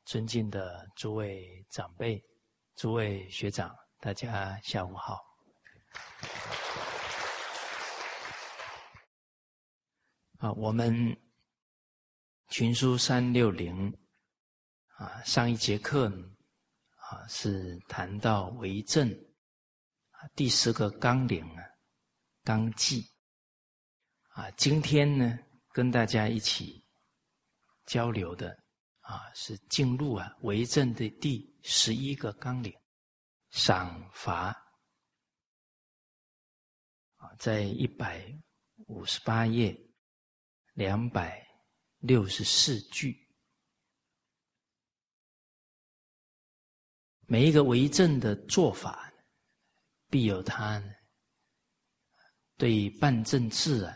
尊敬的诸位长辈、诸位学长，大家下午好。我们群书360上一节课是谈到为政第10个纲领纲纪今天呢跟大家一起交流的是进入为政的第11个纲领赏罚在158页264句。每一个为政的做法必有他对办政治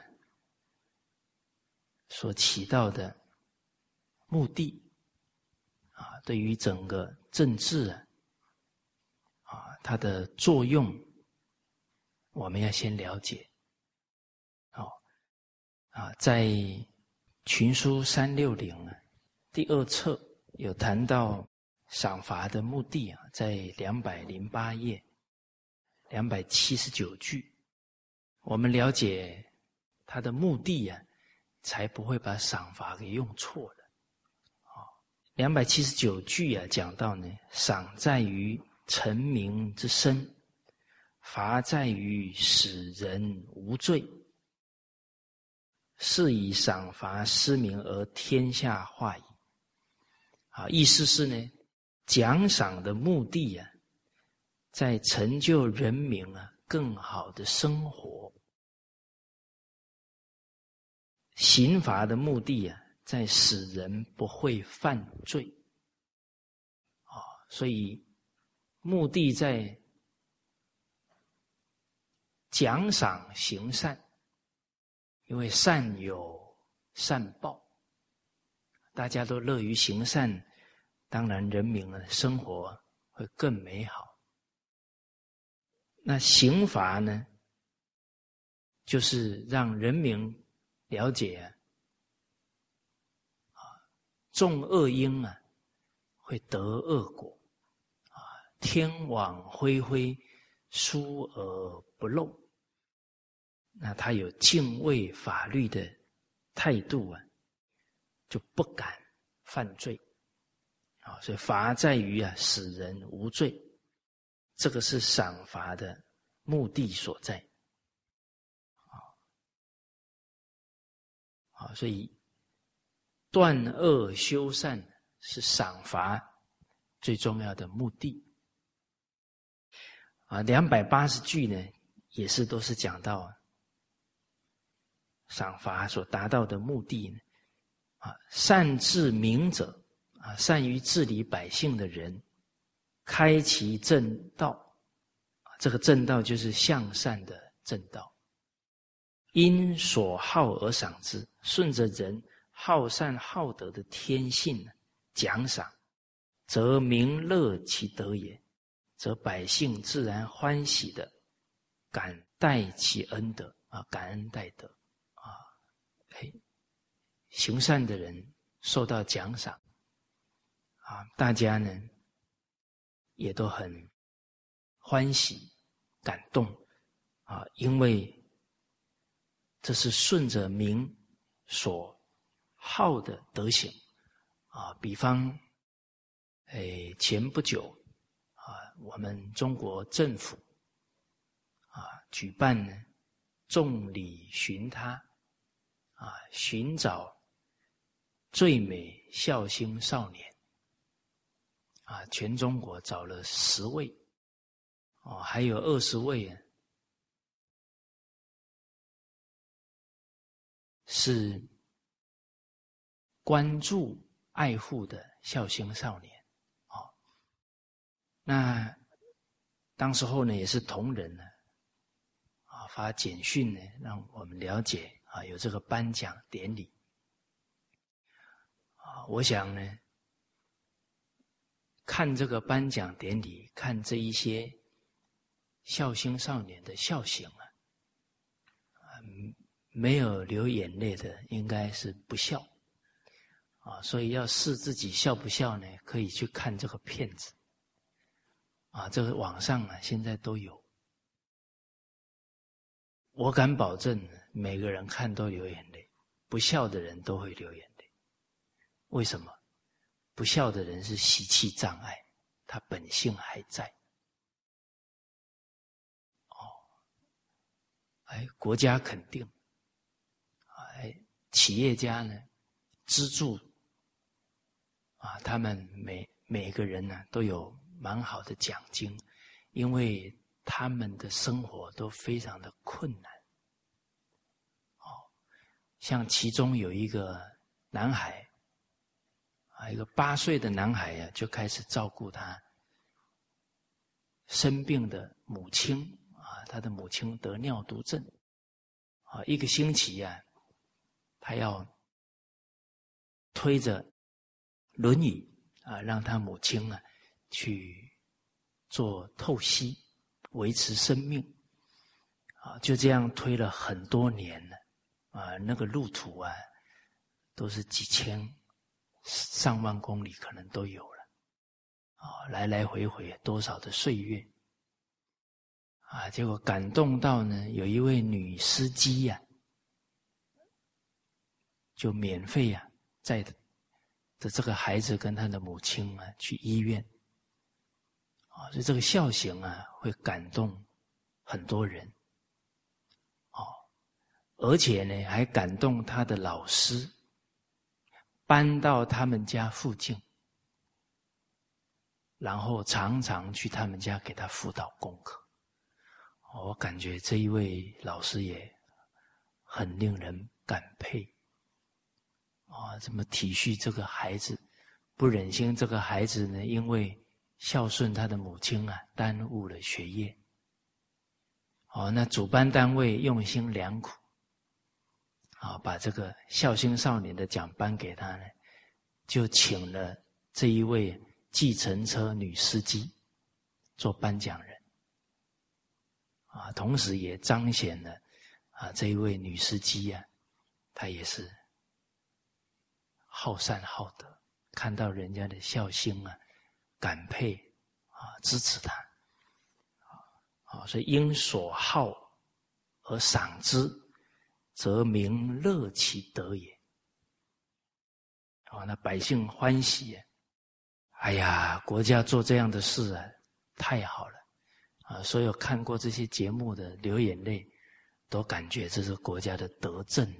所起到的目的对于整个政治它的作用我们要先了解。在群书360第2册有谈到赏罚的目的在208页279句，我们了解它的目的才不会把赏罚给用错了。279句讲到呢，赏在于臣民之身，罚在于使人无罪。是以赏罚失明而天下化矣。意思是呢，奖赏的目的在成就人民更好的生活；刑罚的目的在使人不会犯罪。所以目的在奖赏行善。因为善有善报，大家都乐于行善，当然人民生活会更美好。那刑罚呢，就是让人民了解种恶因会得恶果，天网恢恢，疏而不漏。那他有敬畏法律的态度就不敢犯罪。所以罚在于使人无罪，这个是赏罚的目的所在。所以断恶修善是赏罚最重要的目的。280句呢，也是都是讲到赏罚所达到的目的呢，善治民者，善于治理百姓的人，开其正道，这个正道就是向善的正道。因所好而赏之，顺着人好善好德的天性奖赏，则民乐其德也，则百姓自然欢喜的感戴其恩德感恩戴德。行善的人受到奖赏大家呢也都很欢喜感动因为这是顺着民所好的德行比方前不久我们中国政府举办呢众里寻他寻找最美孝心少年全中国找了10位还有20位是关注爱护的孝心少年那当时候呢也是同仁呢发简讯呢让我们了解有这个颁奖典礼我想呢看这个颁奖典礼，看这一些孝心少年的孝行没有流眼泪的应该是不孝所以要试自己孝不孝呢，可以去看这个片子。这个网上现在都有。我敢保证，每个人看都流眼泪，不孝的人都会流眼泪。为什么？不孝的人是习气障碍，他本性还在。国家肯定，企业家呢资助，他们每个人呢都有蛮好的奖金，因为他们的生活都非常的困难。像其中有一个男孩，一个8岁的男孩就开始照顾他生病的母亲。他的母亲得尿毒症，1个星期他要推着轮椅让他母亲去做透析，维持生命就这样推了很多年了那个路途都是几千上万公里可能都有了来来回回多少的岁月结果感动到呢，有一位女司机就免费载的这个孩子跟他的母亲去医院所以这个孝行会感动很多人而且呢还感动他的老师，搬到他们家附近，然后常常去他们家给他辅导功课。我感觉这一位老师也很令人感佩这么体恤这个孩子，不忍心这个孩子呢因为孝顺他的母亲耽误了学业那主办单位用心良苦把这个孝心少年的奖颁给他呢，就请了这一位计程车女司机做颁奖人同时也彰显了这一位女司机她也是好善好德，看到人家的孝心感佩支持他所以因所好而赏之，则民乐其德也那百姓欢喜哎呀，国家做这样的事太好了所有看过这些节目的流眼泪，都感觉这是国家的德政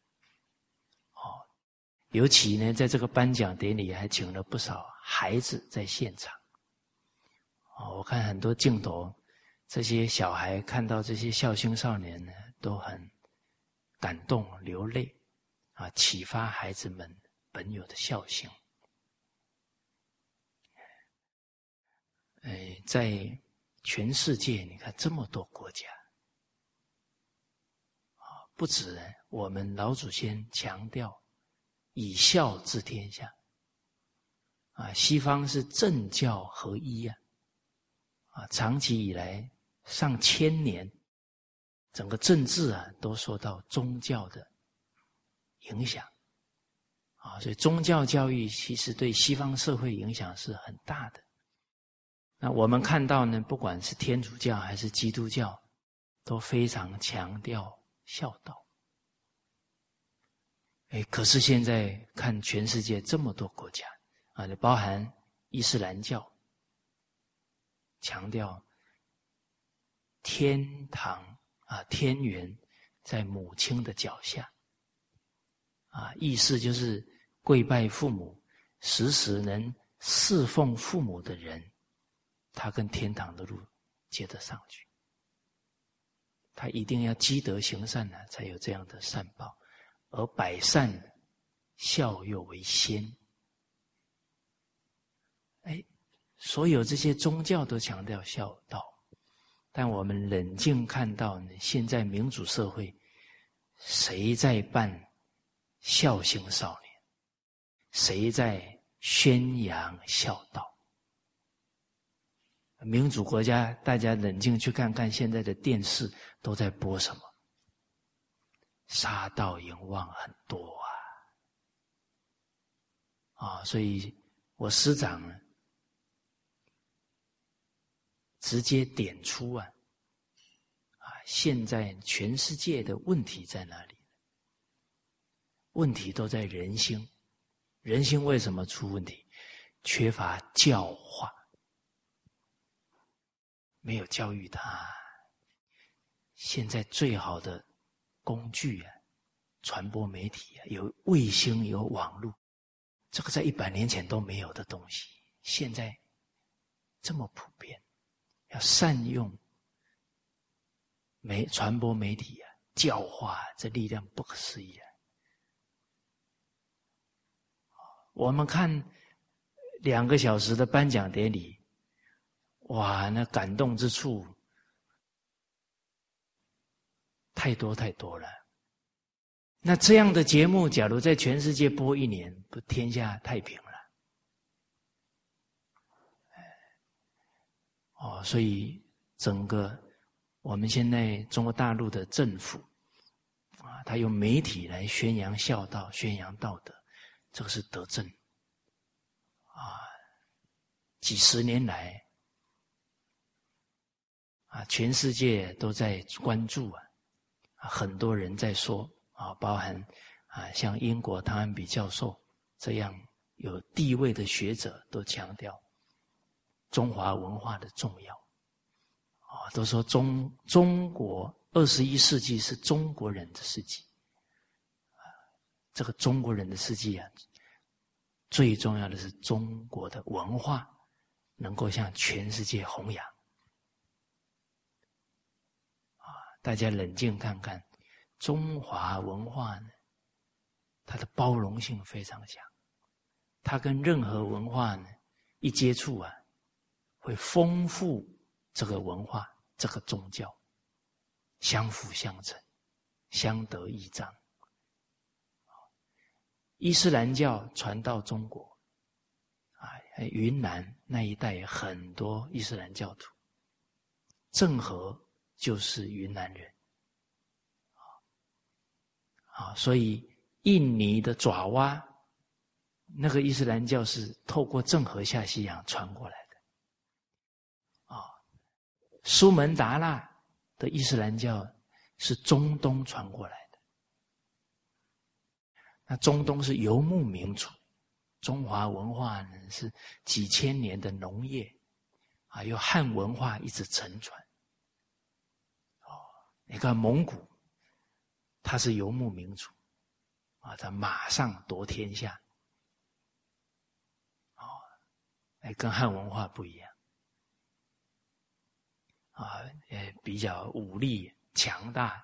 尤其呢在这个颁奖典礼还请了不少孩子在现场我看很多镜头，这些小孩看到这些孝心少年呢都很感动流泪启发孩子们本有的孝心在全世界你看这么多国家不止我们老祖先强调以孝治天下西方是政教合一长期以来上千年整个政治都受到宗教的影响所以宗教教育其实对西方社会影响是很大的。那我们看到呢，不管是天主教还是基督教，都非常强调孝道。可是现在看全世界这么多国家包含伊斯兰教，强调天堂天园在母亲的脚下意思就是跪拜父母，时时能侍奉父母的人，他跟天堂的路接得上去。他一定要积德行善才有这样的善报，而百善孝又为先。所有这些宗教都强调孝道，但我们冷静看到呢，现在民主社会谁在办孝心少年，谁在宣扬孝道？民主国家大家冷静去看看现在的电视都在播什么，杀盗淫妄很多所以我师长呢，直接点出现在全世界的问题在哪里？问题都在人心。人心为什么出问题？缺乏教化，没有教育他。现在最好的工具传播媒体有卫星，有网络，这个在100年前都没有的东西，现在这么普遍。要善用传播媒体教化，这力量不可思议。我们看2个小时的颁奖典礼，哇，那感动之处太多太多了。那这样的节目假如在全世界播1年，不天下太平了。所以整个我们现在中国大陆的政府他用媒体来宣扬孝道，宣扬道德，这个是德政几十年来全世界都在关注很多人在说包含像英国汤恩比教授这样有地位的学者都强调中华文化的重要都说中国21世纪是中国人的世纪这个中国人的世纪最重要的是中国的文化能够向全世界弘扬大家冷静看看中华文化呢，它的包容性非常强，它跟任何文化呢一接触会丰富这个文化这个宗教，相辅相成，相得益彰。伊斯兰教传到中国云南那一带很多伊斯兰教徒，郑和就是云南人所以印尼的爪哇那个伊斯兰教是透过郑和下西洋传过来的苏门答腊的伊斯兰教是中东传过来的。那中东是游牧民族，中华文化呢是几千年的农业由汉文化一直承传你看蒙古他是游牧民族他马上夺天下跟汉文化不一样比较武力强大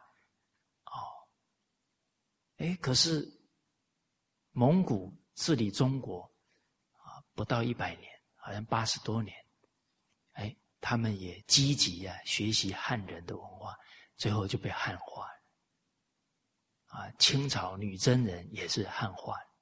可是蒙古治理中国不到100年，好像80多年他们也积极学习汉人的文化，最后就被汉化了清朝女真人也是汉化了。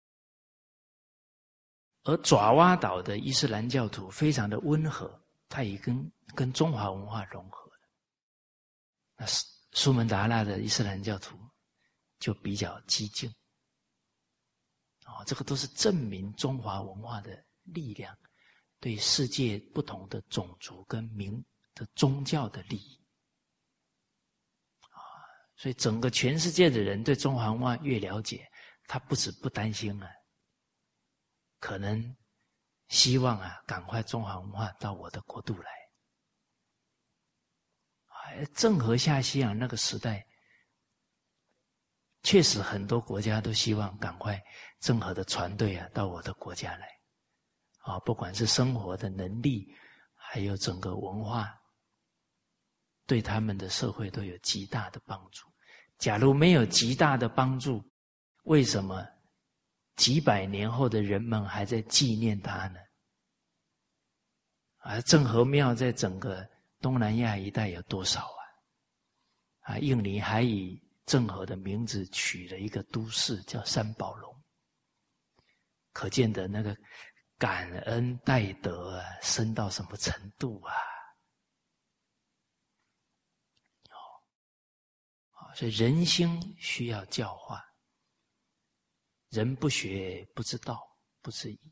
而爪哇岛的伊斯兰教徒非常的温和，他也跟中华文化融合了。那苏门答腊的伊斯兰教徒就比较激进这个都是证明中华文化的力量对世界不同的种族跟民的宗教的利益所以整个全世界的人对中华文化越了解，他不担心可能希望赶快中华文化到我的国度来郑和下西洋那个时代确实很多国家都希望赶快郑和的船队到我的国家来不管是生活的能力还有整个文化对他们的社会都有极大的帮助。假如没有极大的帮助，为什么几百年后的人们还在纪念他呢？郑和庙在整个东南亚一带有多少印尼还以郑和的名字取了一个都市叫三宝龙，可见的那个感恩戴德深到什么程度所以人心需要教化，人不学不知道不是一。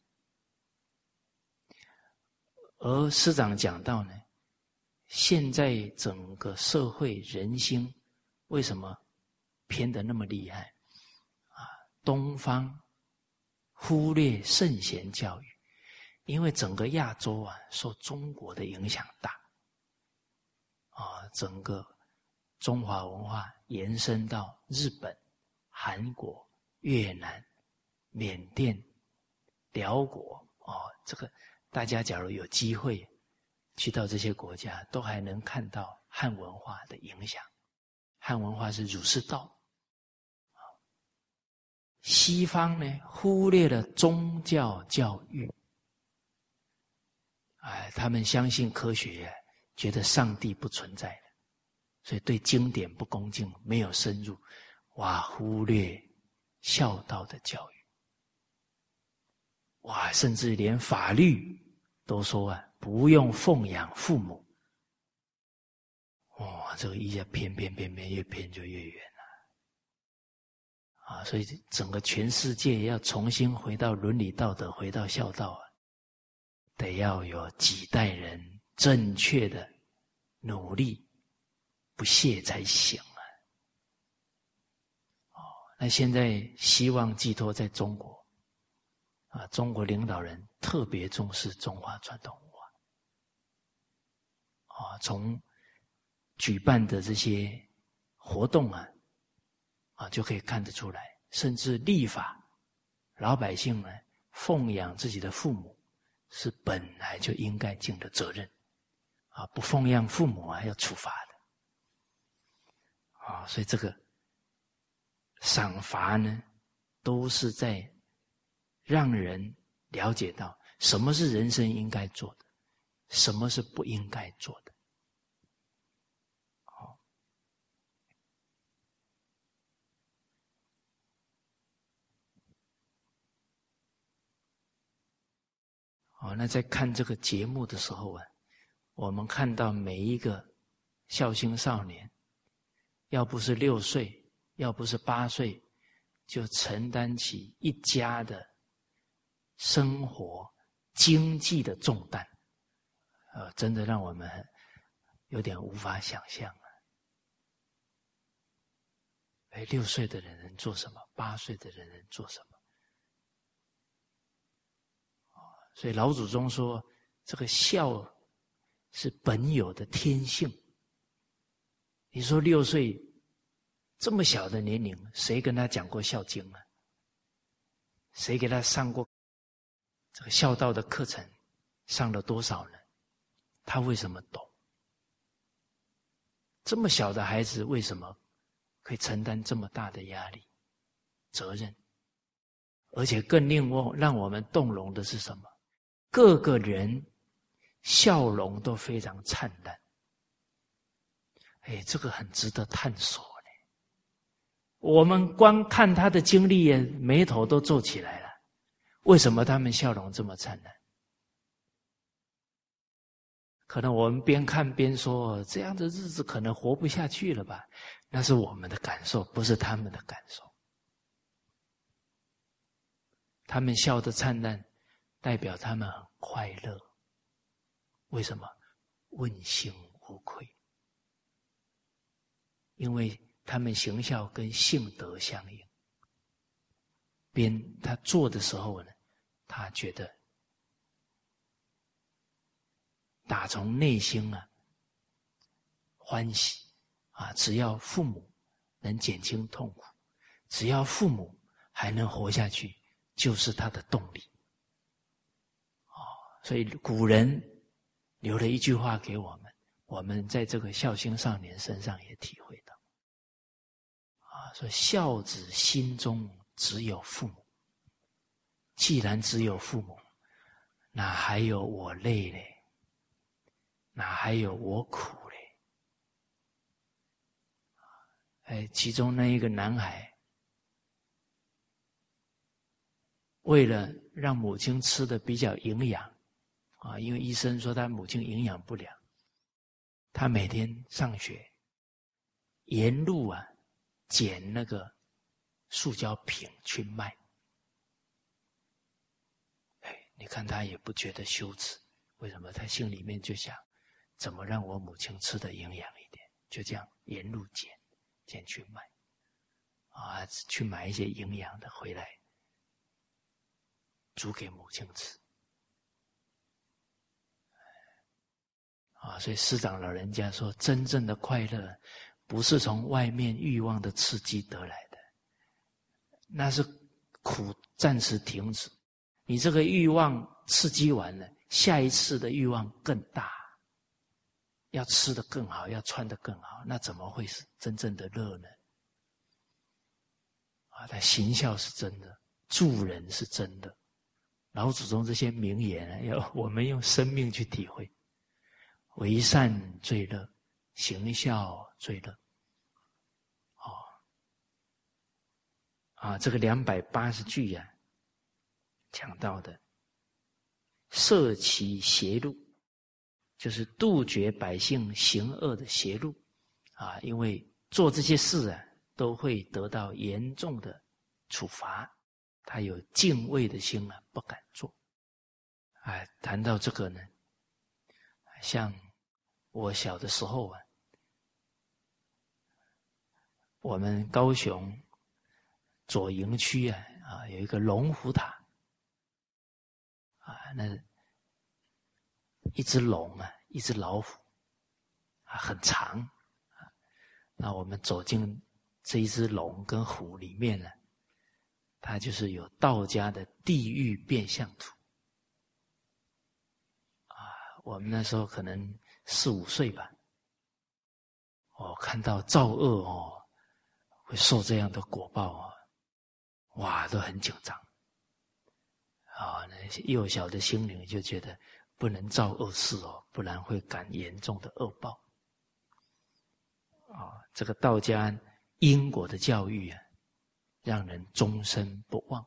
而师长讲到呢，现在整个社会人心为什么偏得那么厉害啊？东方忽略圣贤教育，因为整个亚洲啊受中国的影响大啊，整个中华文化延伸到日本、韩国、越南、缅甸、辽国这个大家假如有机会去到这些国家，都还能看到汉文化的影响。汉文化是儒释道。西方呢，忽略了宗教教育。他们相信科学，觉得上帝不存在的，所以对经典不恭敬，没有深入，忽略孝道的教育。甚至连法律都说不用奉养父母。这个一下偏越偏就越远了。所以整个全世界要重新回到伦理道德，回到孝道得要有几代人正确的努力不懈才行那现在希望寄托在中国中国领导人特别重视中华传统文化从举办的这些活动就可以看得出来，甚至立法，老百姓呢奉养自己的父母是本来就应该尽的责任不奉养父母要处罚的所以这个赏罚呢都是在让人了解到什么是人生应该做的，什么是不应该做的。那在看这个节目的时候我们看到每一个孝心少年，要不是6岁，要不是8岁，就承担起一家的生活经济的重担，真的让我们有点无法想象6岁的人能做什么？8岁的人能做什么？所以老祖宗说，这个孝是本有的天性。你说6岁这么小的年龄，谁跟他讲过孝经啊？谁给他上过这个孝道的课程？上了多少呢？他为什么懂？这么小的孩子为什么可以承担这么大的压力、责任？而且更让我们动容的是什么？各个人笑容都非常灿烂。这个很值得探索呢。我们光看他的经历眉头都皱起来了。为什么他们笑容这么灿烂？可能我们边看边说，这样的日子可能活不下去了吧？那是我们的感受，不是他们的感受。他们笑得灿烂，代表他们很快乐。为什么？问心无愧。因为他们行孝跟性德相应。他做的时候呢，他觉得打从内心欢喜只要父母能减轻痛苦，只要父母还能活下去，就是他的动力。所以古人留了一句话给我们，我们在这个孝心少年身上也体会到说孝子心中只有父母，既然只有父母，哪还有我累嘞？哪还有我苦嘞？其中那一个男孩，为了让母亲吃的比较营养因为医生说他母亲营养不良，他每天上学沿路捡那个塑胶瓶去卖。 你看他也不觉得羞耻，为什么？他心里面就想，怎么让我母亲吃得营养一点，就这样沿路捡去卖，去买一些营养的回来，煮给母亲吃。所以师长老人家说，真正的快乐不是从外面欲望的刺激得来的，那是苦暂时停止，你这个欲望刺激完了，下一次的欲望更大，要吃得更好，要穿得更好，那怎么会是真正的乐呢？他行孝是真的，助人是真的，老祖宗这些名言要我们用生命去体会。为善最乐，行孝最乐。这个280句讲到的摄其邪路，就是杜绝百姓行恶的邪路因为做这些事都会得到严重的处罚，他有敬畏的心不敢做。谈到这个呢，像我小的时候我们高雄左营区有一个龙虎塔那一只龙一只老虎很长那我们走进这一只龙跟虎里面呢，它就是有道家的地狱变相图我们那时候可能4、5岁吧，看到造恶会受这样的果报哇，都很紧张那些幼小的心灵就觉得不能造恶事不然会感严重的恶报这个道家因果的教育让人终身不忘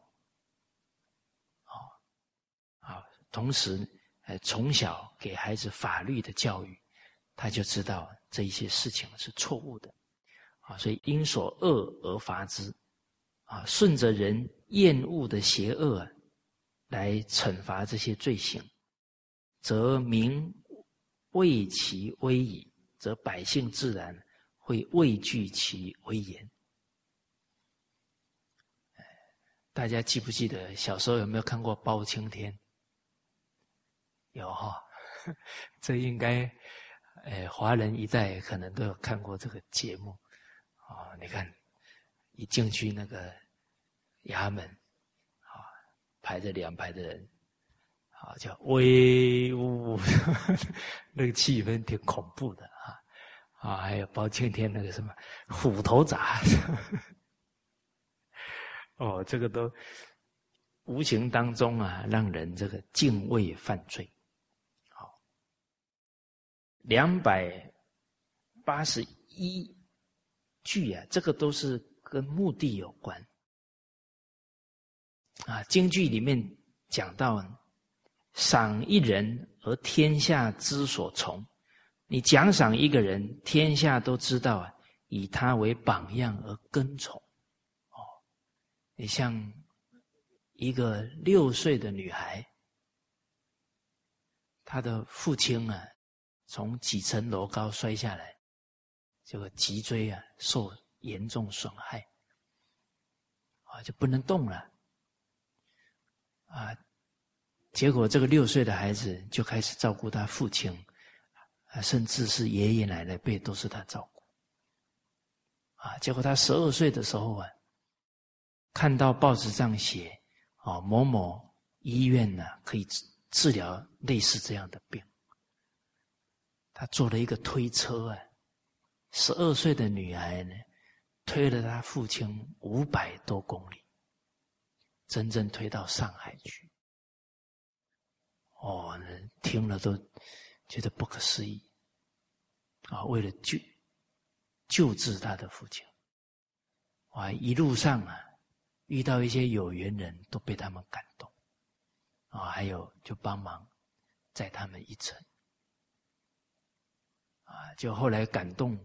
同时从小给孩子法律的教育，他就知道这一些事情是错误的所以因所恶而罚之顺着人厌恶的邪恶来惩罚这些罪行，则民畏其威仪，则百姓自然会畏惧其威严。大家记不记得小时候有没有看过包青天？有这应该华人一代可能都有看过这个节目你看一进去那个衙门排着2排的人叫威武那个气氛挺恐怖的还有包青天那个什么虎头铡这个都无形当中让人这个敬畏犯罪281句这个都是跟目的有关经句里面讲到赏一人而天下之所从，你奖赏一个人，天下都知道以他为榜样而跟从你像一个6岁的女孩，她的父亲从几层楼高摔下来，这个脊椎受严重损害就不能动了结果这个6岁的孩子就开始照顾他父亲甚至是爷爷奶奶辈都是他照顾结果他12岁的时候看到报纸上写某某医院可以治疗类似这样的病，他做了一个推车12岁的女孩呢推了他父亲500多公里，真正推到上海去听了都觉得不可思议为了救治他的父亲一路上遇到一些有缘人都被他们感动还有就帮忙载他们一程就后来感动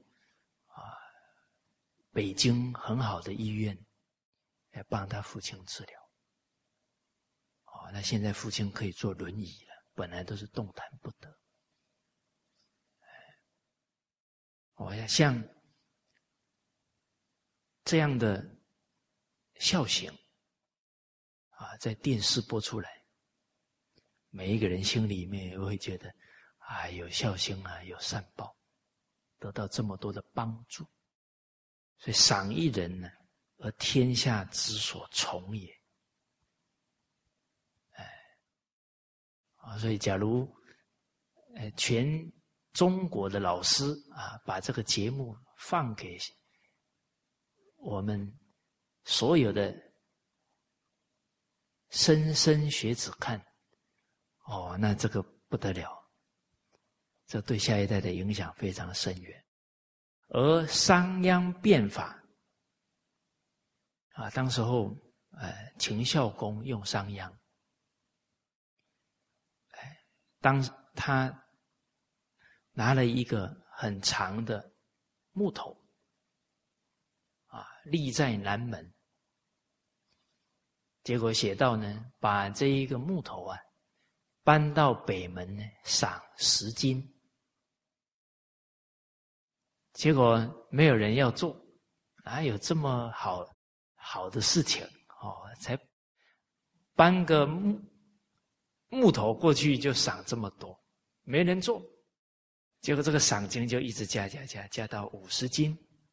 北京很好的医院来帮他父亲治疗那现在父亲可以坐轮椅了，本来都是动弹不得。像这样的孝行在电视播出来，每一个人心里面也会觉得有孝心有善报，得到这么多的帮助。所以赏一人呢，而天下之所从也。所以假如全中国的老师把这个节目放给我们所有的莘莘学子看，那这个不得了，这对下一代的影响非常深远。而商鞅变法当时候秦孝公用商鞅，当他拿了一个很长的木头立在南门，结果写到呢，把这一个木头搬到北门呢，赏10金。结果没有人要做，哪有这么好的事情才搬个木头过去就赏这么多，没人做。结果这个赏金就一直加到50金。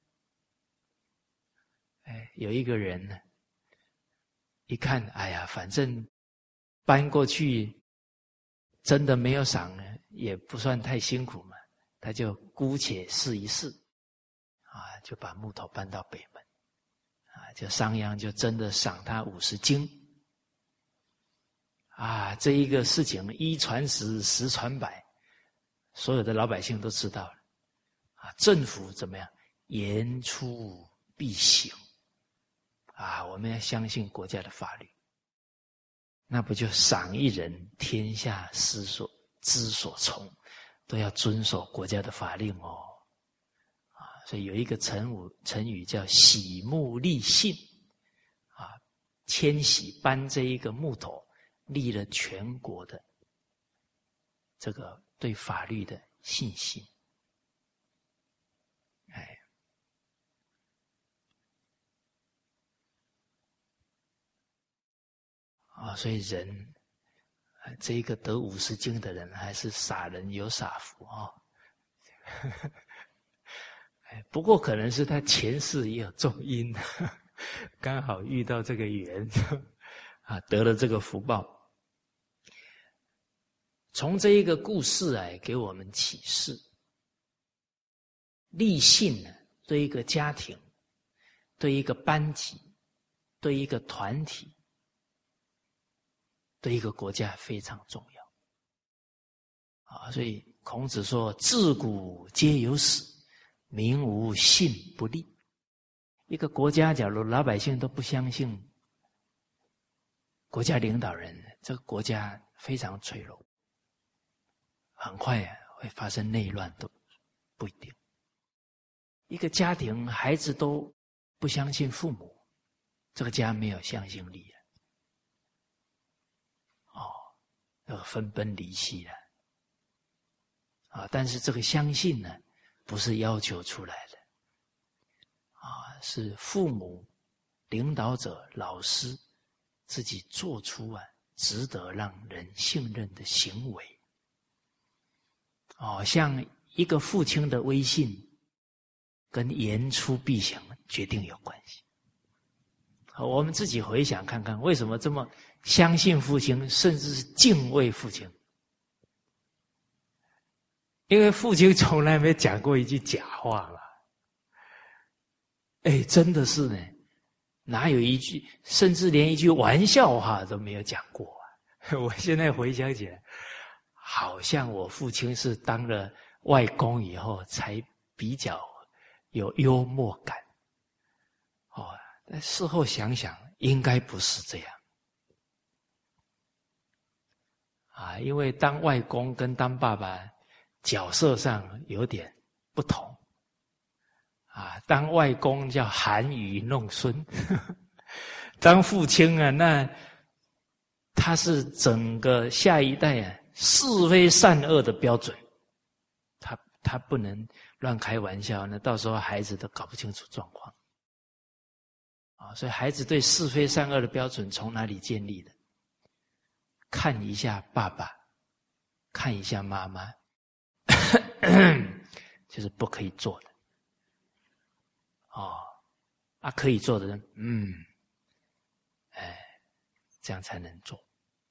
有一个人呢，一看，反正搬过去真的没有赏呢，也不算太辛苦嘛，他就姑且试一试就把木头搬到北门就商鞅就真的赏他50金这一个事情1传10，10传百，所有的老百姓都知道了政府怎么样？言出必行我们要相信国家的法律，那不就赏一人，天下之所从，都要遵守国家的法令所以有一个成语叫徙木立信迁徙搬这一个木头，立了全国的这个对法律的信心。所以人这一个得50金的人，还是傻人有傻福不过可能是他前世也有种因刚好遇到这个缘得了这个福报。从这一个故事给我们启示，立信对一个家庭，对一个班级，对一个团体，对一个国家非常重要所以孔子说，自古皆有死，民无信不立。一个国家假如老百姓都不相信国家领导人，这个国家非常脆弱，很快会发生内乱都不一定。一个家庭孩子都不相信父母，这个家没有向心力分崩离析了但是这个相信呢，不是要求出来的是父母、领导者、老师自己做出值得让人信任的行为像一个父亲的威信跟言出必行决定有关系。我们自己回想看看，为什么这么相信父亲，甚至是敬畏父亲？因为父亲从来没讲过一句假话嘛。真的是呢，哪有一句，甚至连一句玩笑话都没有讲过我现在回想起来，好像我父亲是当了外公以后才比较有幽默感但事后想想，应该不是这样因为当外公跟当爸爸角色上有点不同当外公叫含饴弄孙当父亲那它是整个下一代啊是非善恶的标准，他不能乱开玩笑，那到时候孩子都搞不清楚状况。所以孩子对是非善恶的标准从哪里建立的？看一下爸爸，看一下妈妈，就是不可以做的。可以做的人，这样才能做。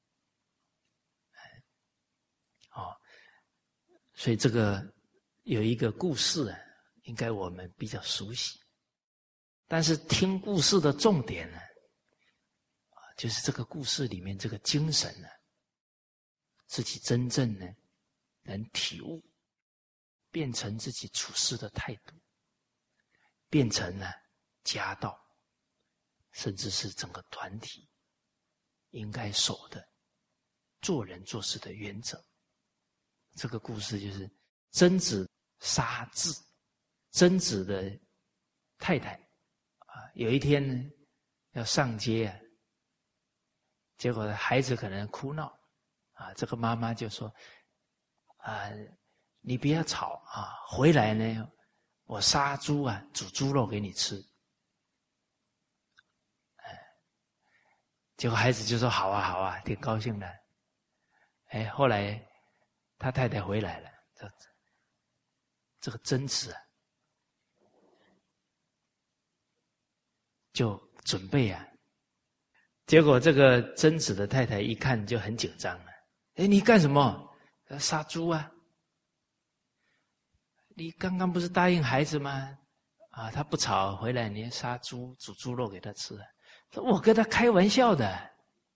所以这个有一个故事啊，应该我们比较熟悉。但是听故事的重点呢，就是这个故事里面这个精神呢，自己真正呢能体悟，变成自己处事的态度，变成呢家道，甚至是整个团体应该守的做人做事的原则。这个故事就是曾子杀彘，曾子的太太有一天呢要上街结果孩子可能哭闹这个妈妈就说你不要吵回来呢我杀猪煮猪肉给你吃。结果孩子就说好啊好啊，挺高兴的。后来他太太回来了，这个曾子就准备结果这个曾子的太太一看就很紧张了。你干什么？杀猪你刚刚不是答应孩子吗？他不吵回来，你杀猪煮猪肉给他吃我跟他开玩笑的。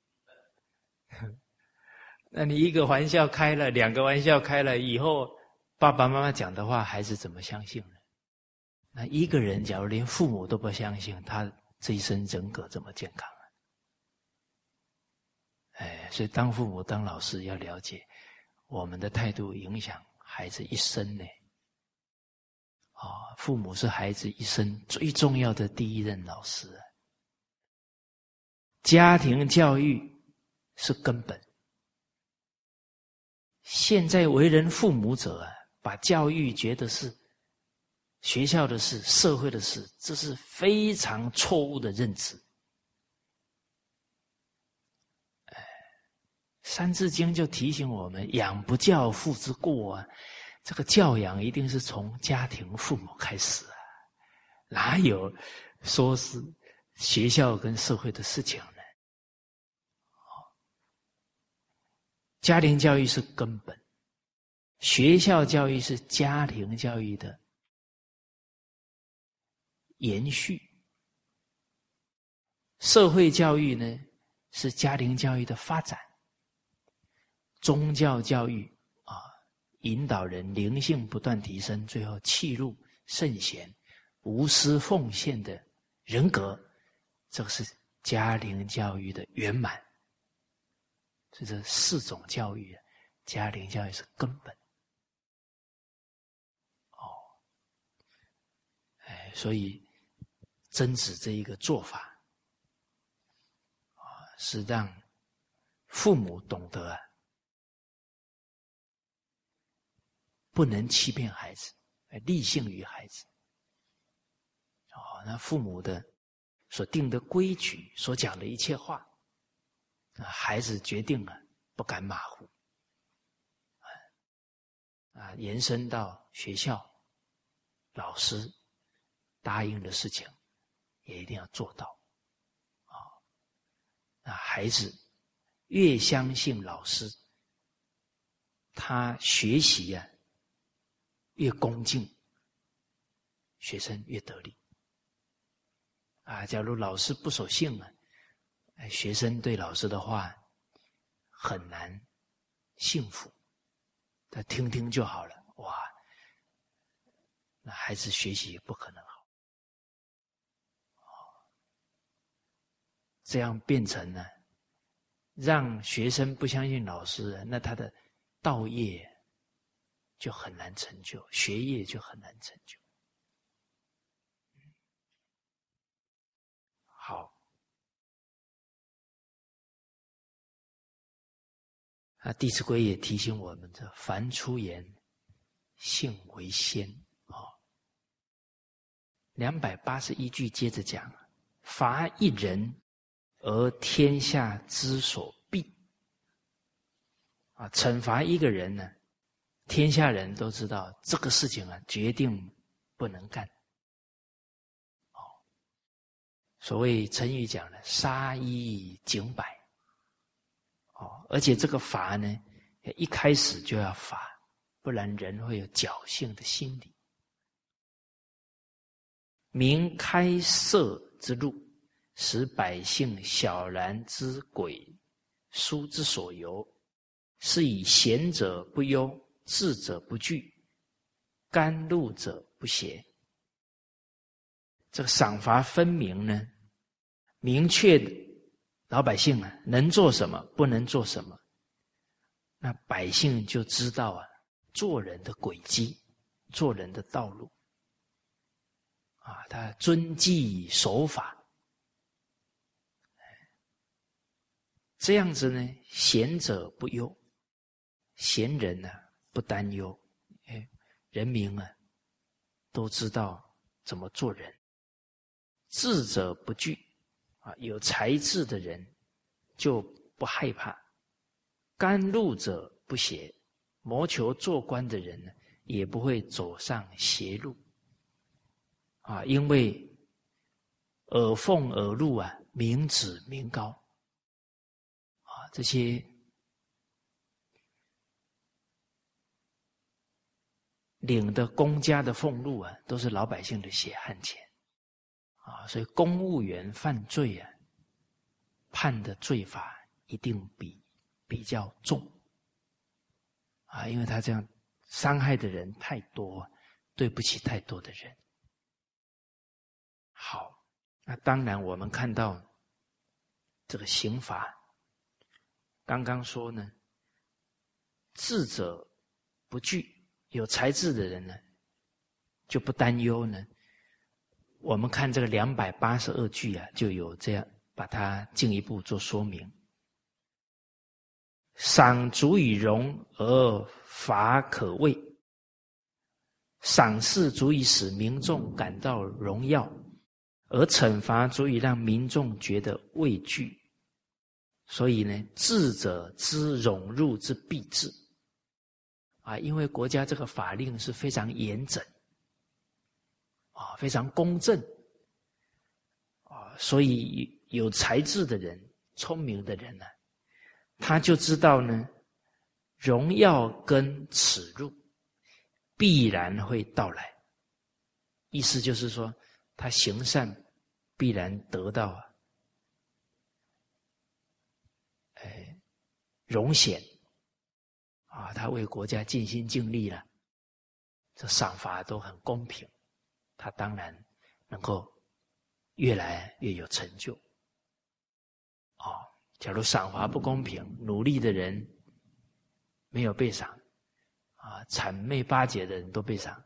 那你一个玩笑开了，两个玩笑开了，以后爸爸妈妈讲的话，孩子怎么相信呢？那一个人假如连父母都不相信，他这一生人格怎么健康所以当父母当老师要了解，我们的态度影响孩子一生呢。父母是孩子一生最重要的第一任老师。家庭教育是根本。现在为人父母者把教育觉得是学校的事、社会的事，这是非常错误的认知。三字经就提醒我们，养不教，父之过这个教养一定是从家庭父母开始哪有说是学校跟社会的事情呢？家庭教育是根本，学校教育是家庭教育的延续，社会教育呢是家庭教育的发展，宗教教育引导人灵性不断提升，最后契入圣贤无私奉献的人格，这个是家庭教育的圆满。所以这四种教育家庭教育是根本。所以曾子这一个做法是让父母懂得不能欺骗孩子，立信于孩子。那父母的所定的规矩，所讲的一切话，孩子决定了不敢马虎。延伸到学校，老师答应的事情也一定要做到。那孩子越相信老师，他学习越恭敬，学生越得力。假如老师不守信学生对老师的话很难信服，他听听就好了，那孩子学习也不可能好。这样变成让学生不相信老师，那他的道业就很难成就，学业就很难成就。好。 弟子规也提醒我们：这凡出言，信为先。281句接着讲：罚一人，而天下之所避。惩罚一个人呢，天下人都知道这个事情决定不能干。所谓成语讲的杀一儆百。而且这个罚呢，一开始就要罚，不然人会有侥幸的心理。明开塞之路，使百姓晓然之轨，书之所由，是以贤者不忧，智者不惧，甘露者不邪。这个赏罚分明呢，明确老百姓能做什么，不能做什么，那百姓就知道做人的轨迹，做人的道路。他遵纪守法，这样子呢，贤者不忧，贤人不担忧，人民都知道怎么做人。智者不惧，有才智的人就不害怕。甘露者不邪，谋求做官的人呢，也不会走上邪路。因为耳奉耳禄民脂民膏这些领的公家的俸禄都是老百姓的血汗钱所以公务员犯罪判的罪罚一定比较重因为他这样伤害的人太多，对不起太多的人。好，那当然我们看到这个刑罚，刚刚说呢，智者不惧，有才智的人呢就不担忧呢。我们看这个282句就有这样把它进一步做说明。赏足以荣而罚可畏，赏识足以使民众感到荣耀，而惩罚足以让民众觉得畏惧。所以呢，智者知荣辱之必至因为国家这个法令是非常严整非常公正所以有才智的人，聪明的人他就知道呢，荣耀跟耻辱必然会到来。意思就是说，他行善必然得到荣显他为国家尽心尽力了，这赏罚都很公平，他当然能够越来越有成就假如赏罚不公平，努力的人没有被赏谄媚巴结的人都被赏，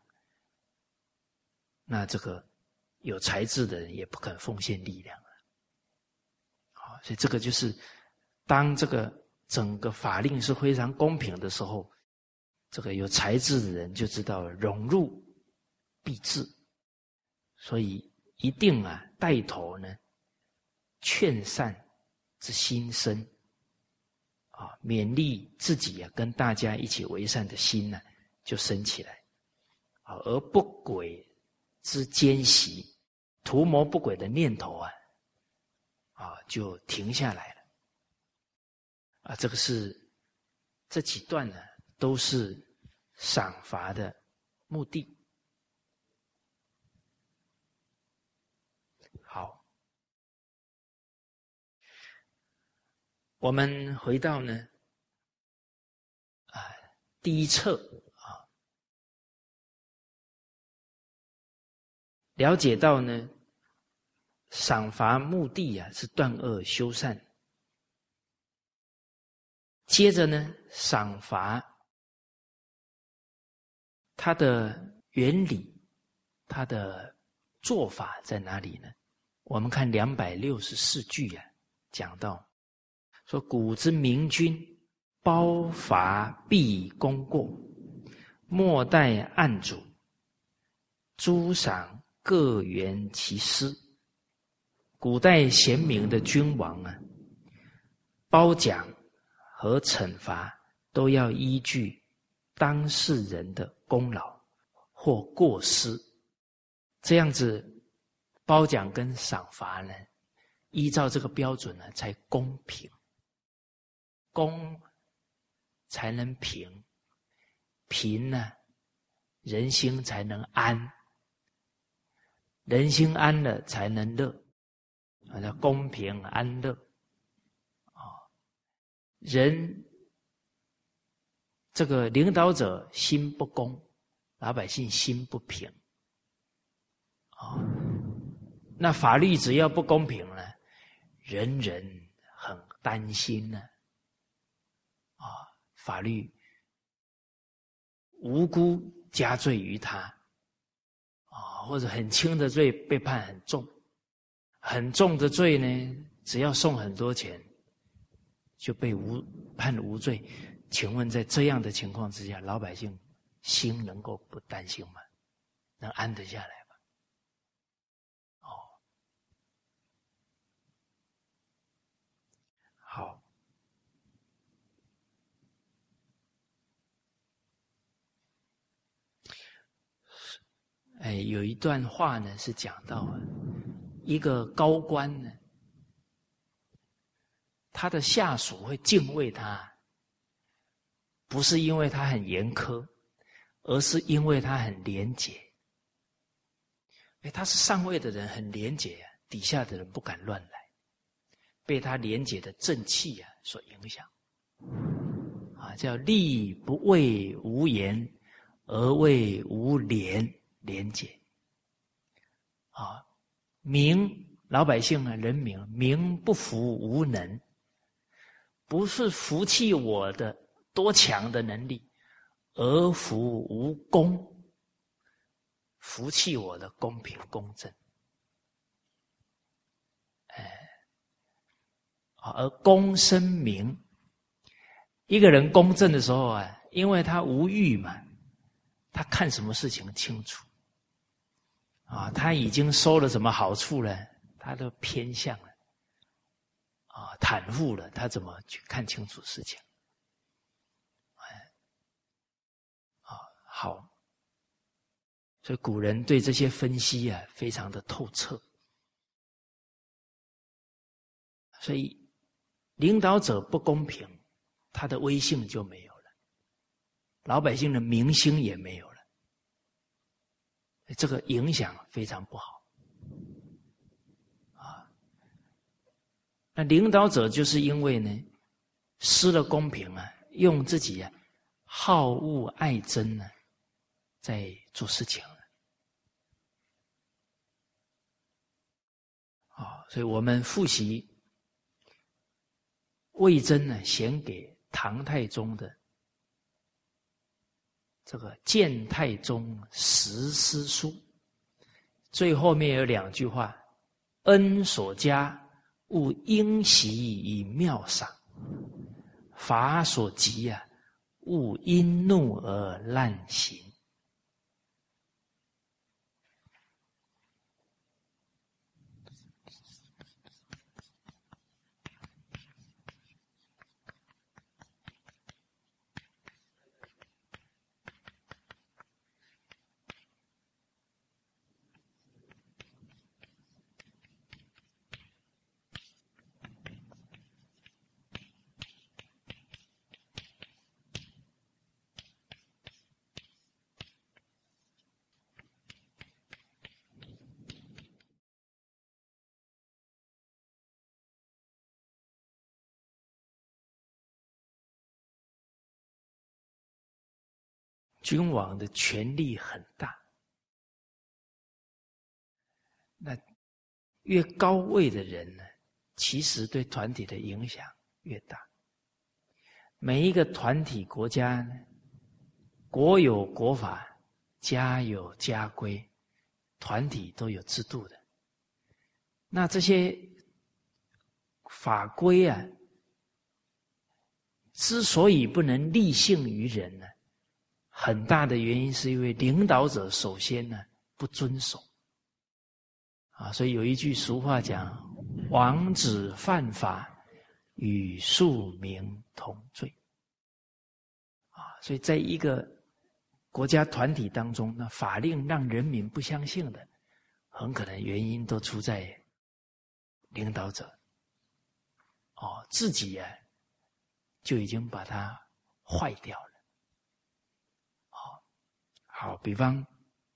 那这个有才智的人也不肯奉献力量了所以这个就是当这个整个法令是非常公平的时候，这个有才智的人就知道荣辱必至，所以一定带头呢劝善之心生勉励自己跟大家一起为善的心就升起来而不轨之奸习，图谋不轨的念头就停下来了这个是这几段都是赏罚的目的。好，我们回到呢第一册了解到呢赏罚目的是断恶修善。接着呢，赏罚它的原理，它的做法在哪里呢？我们看264句讲到说，古之明君褒罚必功过，莫待案主，诸赏各圆其师。古代贤明的君王啊，褒奖和惩罚都要依据当事人的功劳或过失，这样子褒奖跟赏罚呢，依照这个标准呢，才公平。公才能平，平呢，人心才能安，人心安了才能乐，叫公平安乐。人这个领导者心不公，老百姓心不平。那法律只要不公平呢，人人很担心呢。法律无辜加罪于他，或者很轻的罪被判很重，很重的罪呢，只要送很多钱就被判无罪。请问在这样的情况之下，老百姓心能够不担心吗？能安得下来吗？好。有一段话呢，是讲到一个高官呢，他的下属会敬畏他，不是因为他很严苛，而是因为他很廉洁。他是上位的人，很廉洁，底下的人不敢乱来，被他廉洁的正气所影响。叫力不为无言，而为无廉。廉洁民老百姓人民，民不服无能，不是服气我的多强的能力，而服无功，服气我的公平公正。而公生民，一个人公正的时候因为他无欲嘛，他看什么事情清楚。他已经收了什么好处了，他都偏向了，袒护了，他怎么去看清楚事情？好，所以古人对这些分析非常的透彻。所以领导者不公平，他的威信就没有了，老百姓的民心也没有了。这个影响非常不好那领导者就是因为呢失了公平用自己好恶爱憎在做事情所以我们复习魏征写给唐太宗的这个谏太宗实施书，最后面有2句话：恩所加，勿因袭以妙赏；法所及勿因怒而滥行。君王的权力很大，那越高位的人呢，其实对团体的影响越大。每一个团体国家呢，国有国法，家有家规，团体都有制度的。那这些法规之所以不能立信于人呢，很大的原因是因为领导者首先呢不遵守所以有一句俗话讲，王子犯法与庶民同罪所以在一个国家团体当中，那法令让人民不相信的，很可能原因都出在领导者自己就已经把它坏掉了好，比方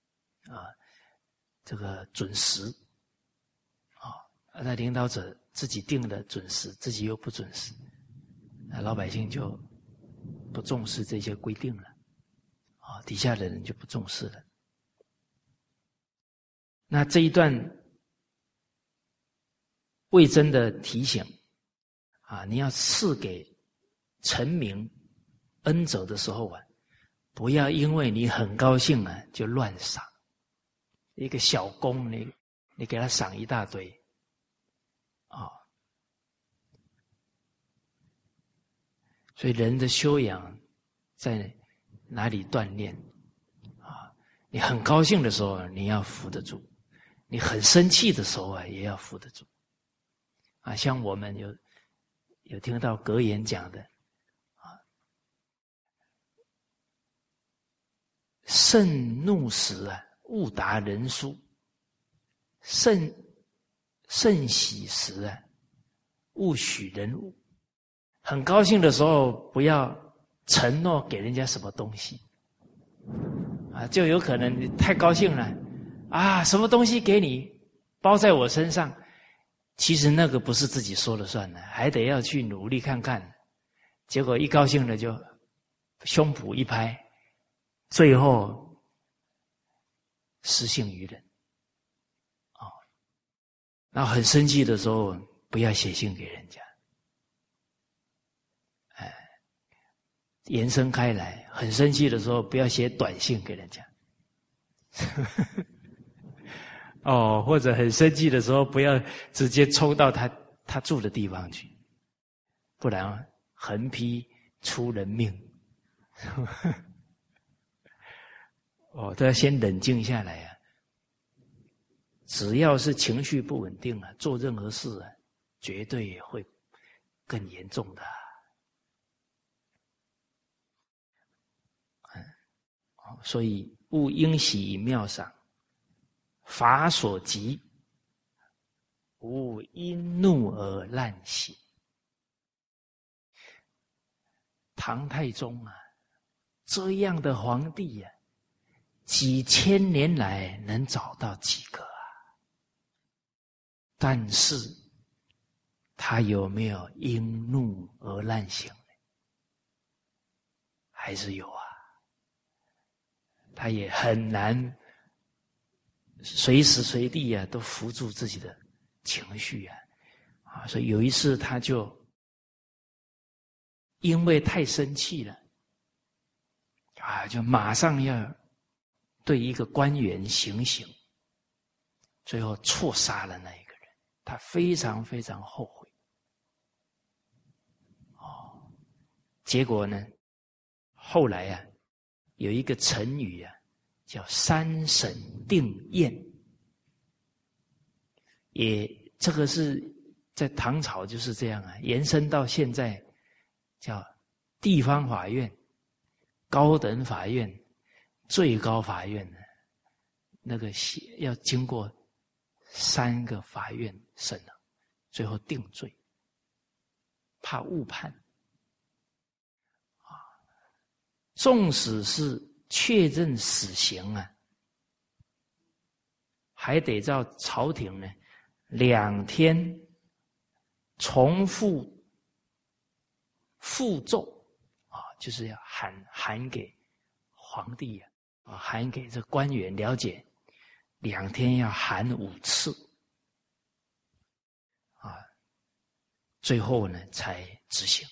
这个准时那领导者自己定的准时，自己又不准时，那老百姓就不重视这些规定了底下的人就不重视了。那这一段魏征的提醒你要赐给臣民恩泽的时候不要因为你很高兴就乱赏。一个小功你给他赏一大堆所以人的修养在哪里锻炼你很高兴的时候你要扶得住，你很生气的时候也要扶得住像我们有听到格言讲的盛怒时勿达人书，盛喜时勿许人物。很高兴的时候不要承诺给人家什么东西就有可能你太高兴了什么东西给你包在我身上，其实那个不是自己说了算的，还得要去努力看看，结果一高兴了就胸脯一拍，最后失信于人然后很生气的时候不要写信给人家延伸开来，很生气的时候不要写短信给人家或者很生气的时候不要直接冲到他住的地方去，不然横批出人命都要先冷静下来只要是情绪不稳定做任何事绝对会更严重的所以勿因喜以妙赏，法所急，勿因怒而滥行。唐太宗这样的皇帝几千年来能找到几个但是他有没有因怒而滥行呢？还是有他也很难随时随地都扶住自己的情绪所以有一次他就因为太生气了就马上要对一个官员行刑，最后错杀了那一个人，他非常非常后悔结果呢后来有一个成语叫三审定验，也这个是在唐朝就是这样延伸到现在叫地方法院、高等法院、最高法院那个要经过3个法院审了，最后定罪，怕误判纵使是确认死刑还得照朝廷2天重复复奏就是要喊给皇帝喊给这官员了解，2天要喊5次最后才执行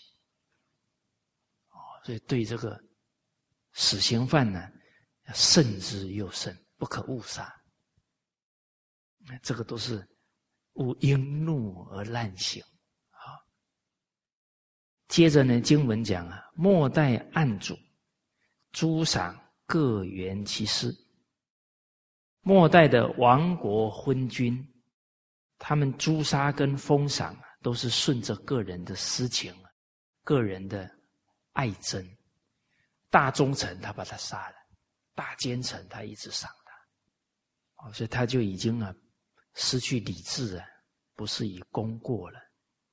所以对这个死刑犯要慎之又慎，不可误杀。这个都是勿因怒而滥行接着呢，经文讲啊，末代案主，诸赏各圆其私。末代的亡国昏君，他们诛杀跟封赏都是顺着个人的私情，个人的爱憎。大忠臣他把他杀了，大奸臣他一直赏他，所以他就已经失去理智啊，不是以功过了。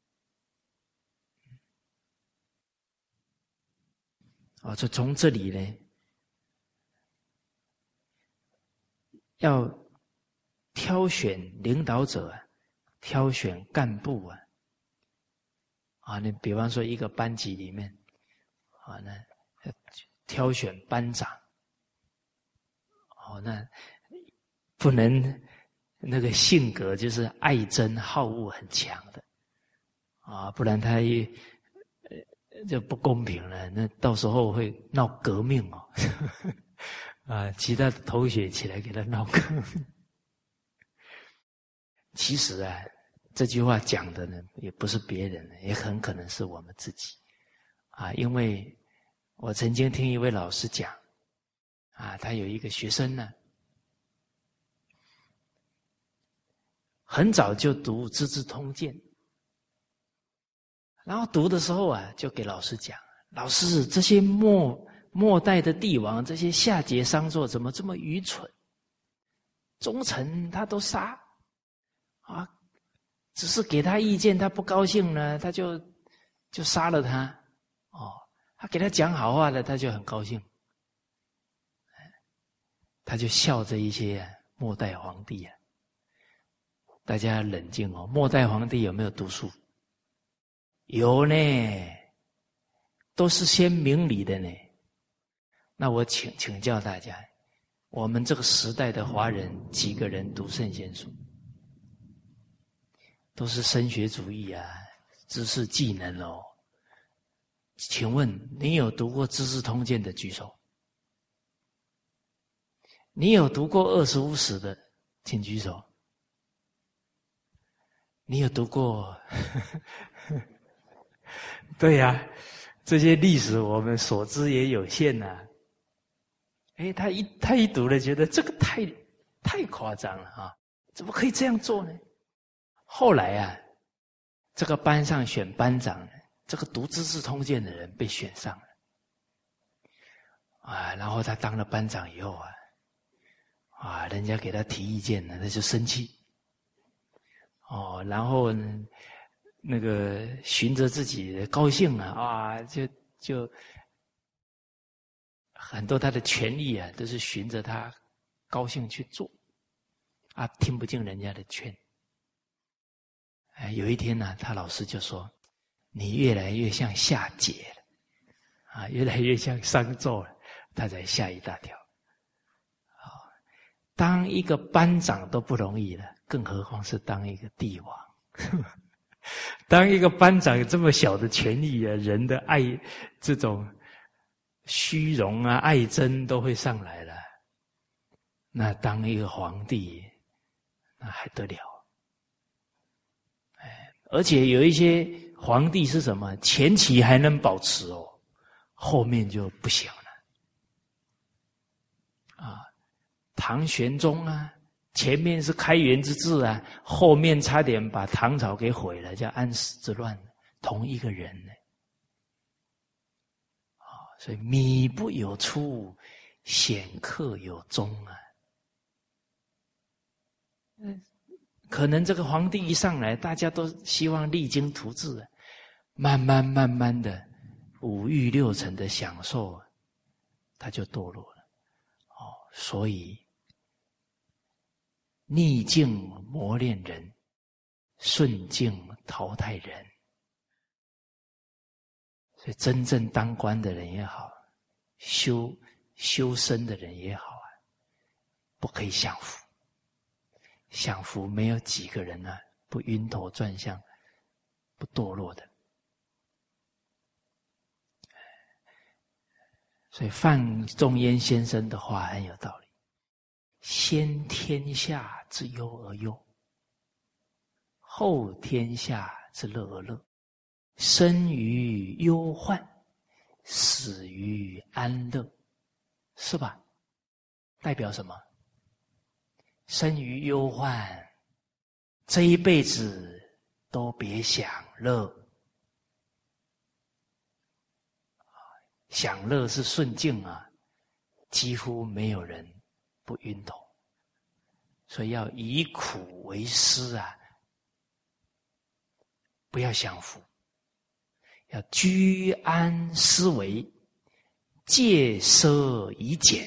就从这里呢，要挑选领导者，挑选干部你比方说一个班级里面那挑选班长那不能那个性格就是爱憎好恶很强的不然他就不公平了，那到时候会闹革命其他的同学起来给他闹革命。其实这句话讲的呢，也不是别人，也很可能是我们自己因为我曾经听一位老师讲他有一个学生呢，很早就读《资治通鉴》，然后读的时候就给老师讲，老师，这些末代的帝王，这些夏桀、商纣怎么这么愚蠢？忠臣他都杀只是给他意见，他不高兴呢，他就杀了他他给他讲好话了，他就很高兴，他就笑着一些末代皇帝大家冷静末代皇帝有没有读书？有呢，都是先明理的呢。那我请教大家，我们这个时代的华人几个人读圣贤书？都是升学主义知识技能请问你有读过《资治通鉴》的举手？你有读过25史的请举手？你有读过对这些历史我们所知也有限他一读了，觉得这个太夸张了怎么可以这样做呢？后来这个班上选班长，这个读《资治通鉴》的人被选上了然后他当了班长以后人家给他提意见呢，他就生气然后呢那个循着自己的高兴就很多他的权利都是循着他高兴去做听不进人家的劝。有一天他老师就说，你越来越像夏桀了越来越像商纣了，他才吓一大跳当一个班长都不容易了，更何况是当一个帝王当一个班长有这么小的权利人的爱这种虚荣爱憎都会上来了，那当一个皇帝那还得了而且有一些皇帝是什么？前期还能保持后面就不行了唐玄宗前面是开元之治后面差点把唐朝给毁了，叫安史之乱，同一个人呢所以米不有出，显客有终可能这个皇帝一上来，大家都希望励精图治慢慢的五欲六尘的享受他就堕落了所以逆境磨练人，顺境淘汰人。所以真正当官的人也好，修身的人也好不可以享福。享福没有几个人不晕头转向，不堕落的。所以范仲淹先生的话很有道理，先天下之忧而忧，后天下之乐而乐， 生于忧患，死于安乐，是吧？代表什么？生于忧患，这一辈子都别享乐。享乐是顺境啊，几乎没有人不晕头，所以要以苦为师啊，不要享福，要居安思危，戒奢以俭。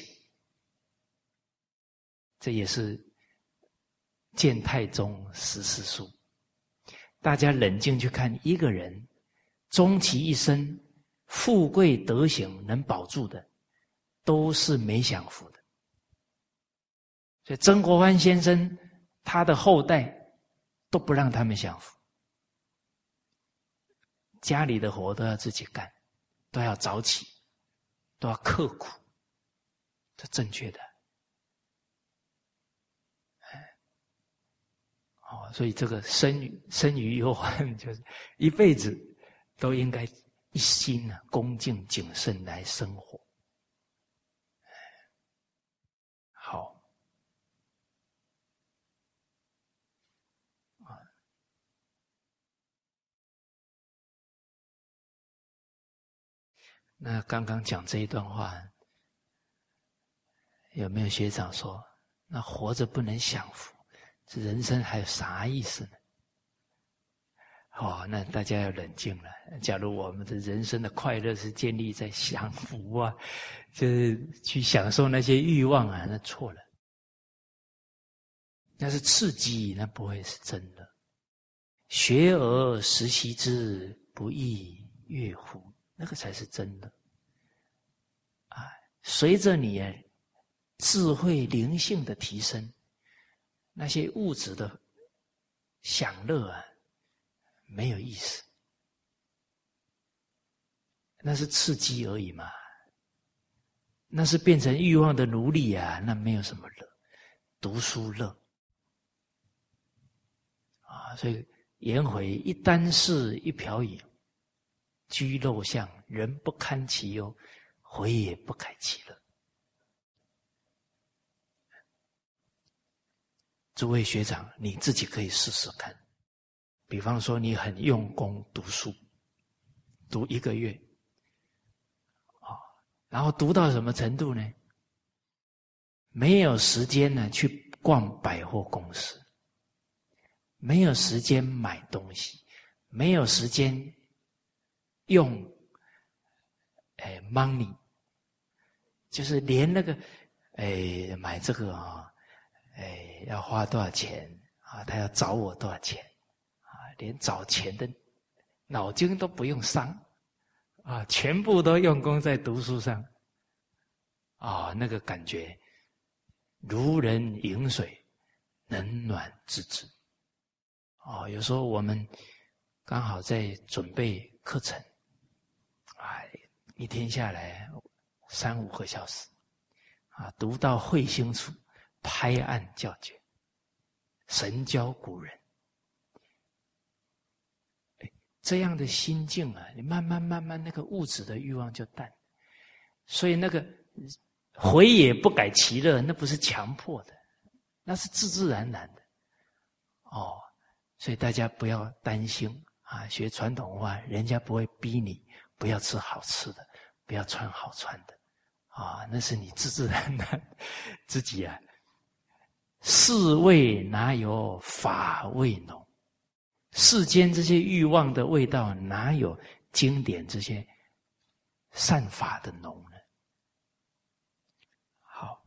这也是谏太宗十四书。大家冷静去看，一个人终其一生富贵德行能保住的，都是没享福的。所以曾国藩先生他的后代都不让他们享福，家里的活都要自己干，都要早起，都要刻苦，这正确的。所以这个生于忧患，就是一辈子都应该一心啊恭敬谨慎来生活。好，那刚刚讲这一段话，有没有学长说，那活着不能享福，这人生还有啥意思呢？那大家要冷静了。假如我们的人生的快乐是建立在享福啊，就是去享受那些欲望啊，那错了。那是刺激，那不会是真的。学而时习之，不亦乐乎？那个才是真的。随着你智慧灵性的提升，那些物质的享乐啊，没有意思，那是刺激而已嘛，那是变成欲望的奴隶啊，那没有什么乐，读书乐所以颜回一箪食，一瓢饮，居陋巷，人不堪其忧，回也不改其乐。诸位学长，你自己可以试试看。比方说，你很用功读书，读1个月，然后读到什么程度呢？没有时间呢去逛百货公司，没有时间买东西，没有时间用money， 就是连那个买这个要花多少钱他要找我多少钱连找钱的脑筋都不用伤全部都用功在读书上那个感觉如人饮水，冷暖自知有时候我们刚好在准备课程一天下来3-5个小时读到会心处，拍案叫绝，神交古人。这样的心境你慢慢那个物质的欲望就淡，所以那个回也不改其乐，那不是强迫的，那是自自然然的所以大家不要担心学传统文化，人家不会逼你不要吃好吃的，不要穿好穿的那是你自自然然自己世味哪有法味浓？世间这些欲望的味道，哪有经典这些善法的浓呢？好，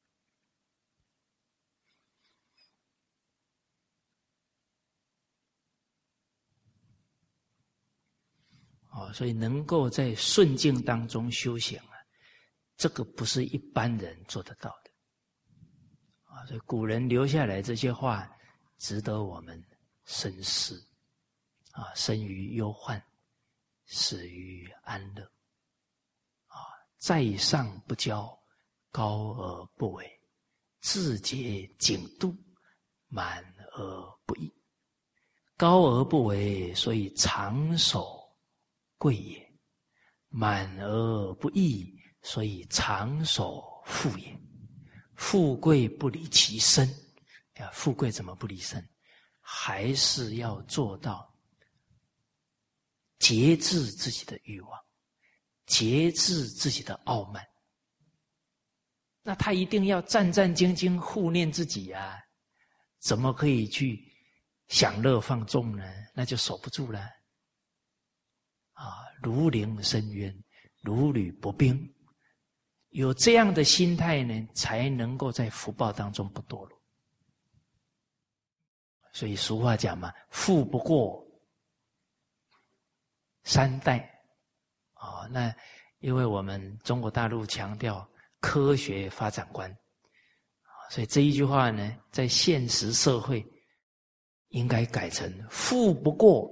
所以能够在顺境当中修行这个不是一般人做得到的所以古人留下来这些话，值得我们深思生于忧患，死于安乐在上不骄，高而不为，自节谨度，满而不溢。高而不为，所以长守贵也。满而不溢，所以长所富也。富贵不离其身，富贵怎么不离身？还是要做到节制自己的欲望，节制自己的傲慢。那他一定要战战兢兢护念自己啊，怎么可以去享乐放纵呢？那就守不住了。如临深渊，如履薄冰。有这样的心态呢，才能够在福报当中不堕落。所以俗话讲嘛，富不过三代。那因为我们中国大陆强调科学发展观，所以这一句话呢，在现实社会应该改成富不过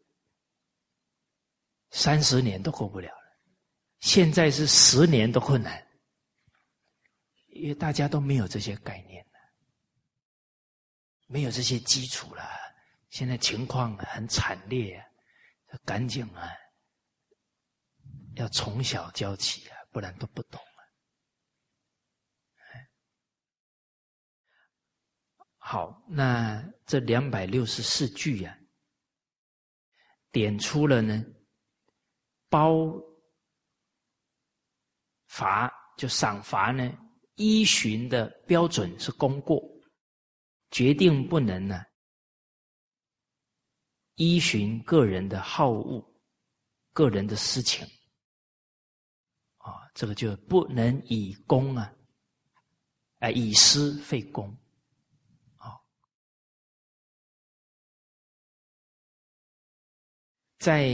30年都过不了了，现在是10年都困难，因为大家都没有这些概念了，没有这些基础了，现在情况很惨烈啊，赶紧啊，要从小教起啊，不然都不懂啊。好，那这264句啊，点出了呢，褒罚就赏罚呢，依循的标准是功过，决定不能呢依循个人的好恶、个人的私情这个就不能以公以私废公。在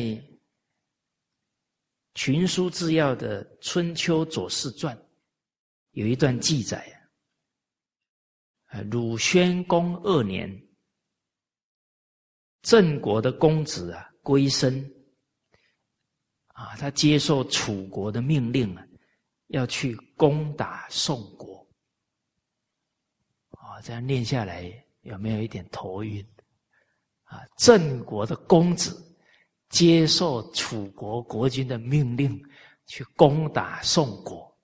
群书治要的《春秋左氏传》有一段记载鲁宣公2年，郑国的公子归身他接受楚国的命令要去攻打宋国这样念下来有没有一点头晕郑国的公子接受楚国国君的命令去攻打宋国